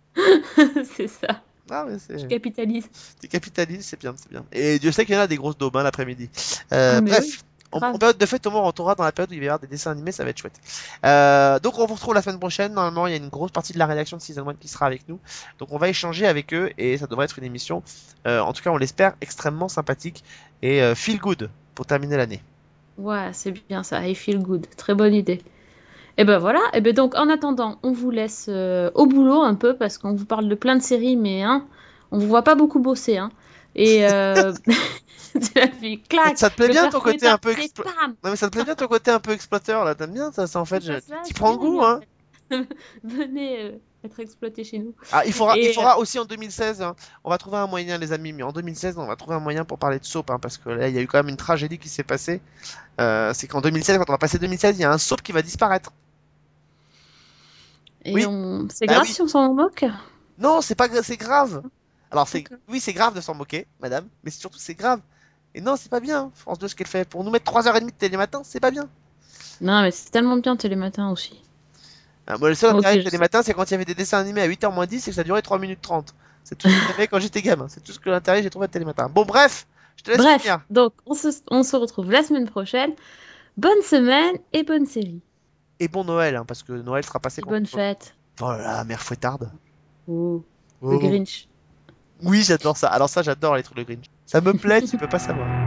C'est ça. Ah, mais c'est. Je capitalise. Tu capitalises, c'est bien, c'est bien. Et Dieu sait qu'il y en a des grosses daubes hein, l'après-midi. Euh, Ah, mais bref. oui, En, grave. en période de fête, au moins, on retournera dans la période où il va y avoir des dessins animés, ça va être chouette. Euh, donc, on vous retrouve la semaine prochaine. Normalement, il y a une grosse partie de la rédaction de Season un qui sera avec nous. Donc, on va échanger avec eux et ça devrait être une émission, euh, en tout cas, on l'espère, extrêmement sympathique et euh, feel good pour terminer l'année. Ouais, c'est bien ça. I feel good. Très bonne idée. Et ben voilà. Et ben donc, en attendant, on vous laisse euh, au boulot un peu parce qu'on vous parle de plein de séries, mais hein, on vous voit pas beaucoup bosser. Hein. Et euh... tu l'as fait, clac. Ça te plaît le bien ton père côté un peu Fouettard, explo- et bam. Non mais ça te plaît bien ton côté un peu exploiteur là, t'aimes bien ça, ça en fait, je... C'est ça, tu c'est prends bien, goût mais en hein. fait, venez euh, être exploité chez nous. Ah, il faudra, il Et faudra aussi en deux mille seize, hein, on va trouver un moyen les amis, mais en deux mille seize on va trouver un moyen pour parler de soap, hein, parce que là il y a eu quand même une tragédie qui s'est passée. Euh, c'est qu'en deux mille seize, quand on va passer deux mille seize, il y a un soap qui va disparaître. Et Oui. on... c'est Bah grave oui. si on s'en moque. Non, c'est pas, gra- c'est grave. Alors c'est, Ok. oui c'est grave de s'en moquer, madame, mais surtout c'est grave. Et non, c'est pas bien, France deux ce qu'elle fait. Pour nous mettre trois heures trente de télématin, c'est pas bien. Non, mais c'est tellement bien Télématin aussi. Ah, moi, le seul Ok, intérêt de je sais. télématin, c'est quand il y avait des dessins animés à huit heures moins dix et que ça durait trois minutes trente. C'est tout ce que j'avais quand j'étais gamin. C'est tout ce que l'intérêt que j'ai trouvé à télématin. Bon, bref, je te laisse Bref, finir. donc on se, on se retrouve la semaine prochaine. Bonne semaine et bonne série. Et bon Noël, hein, parce que Noël sera passé Et quand bonne on- fête. Oh là là, mère fouettarde. Oh, Oh. le Grinch. Oui, j'adore ça. Alors ça, j'adore les trucs de Grinch. Ça me plaît, tu peux pas savoir.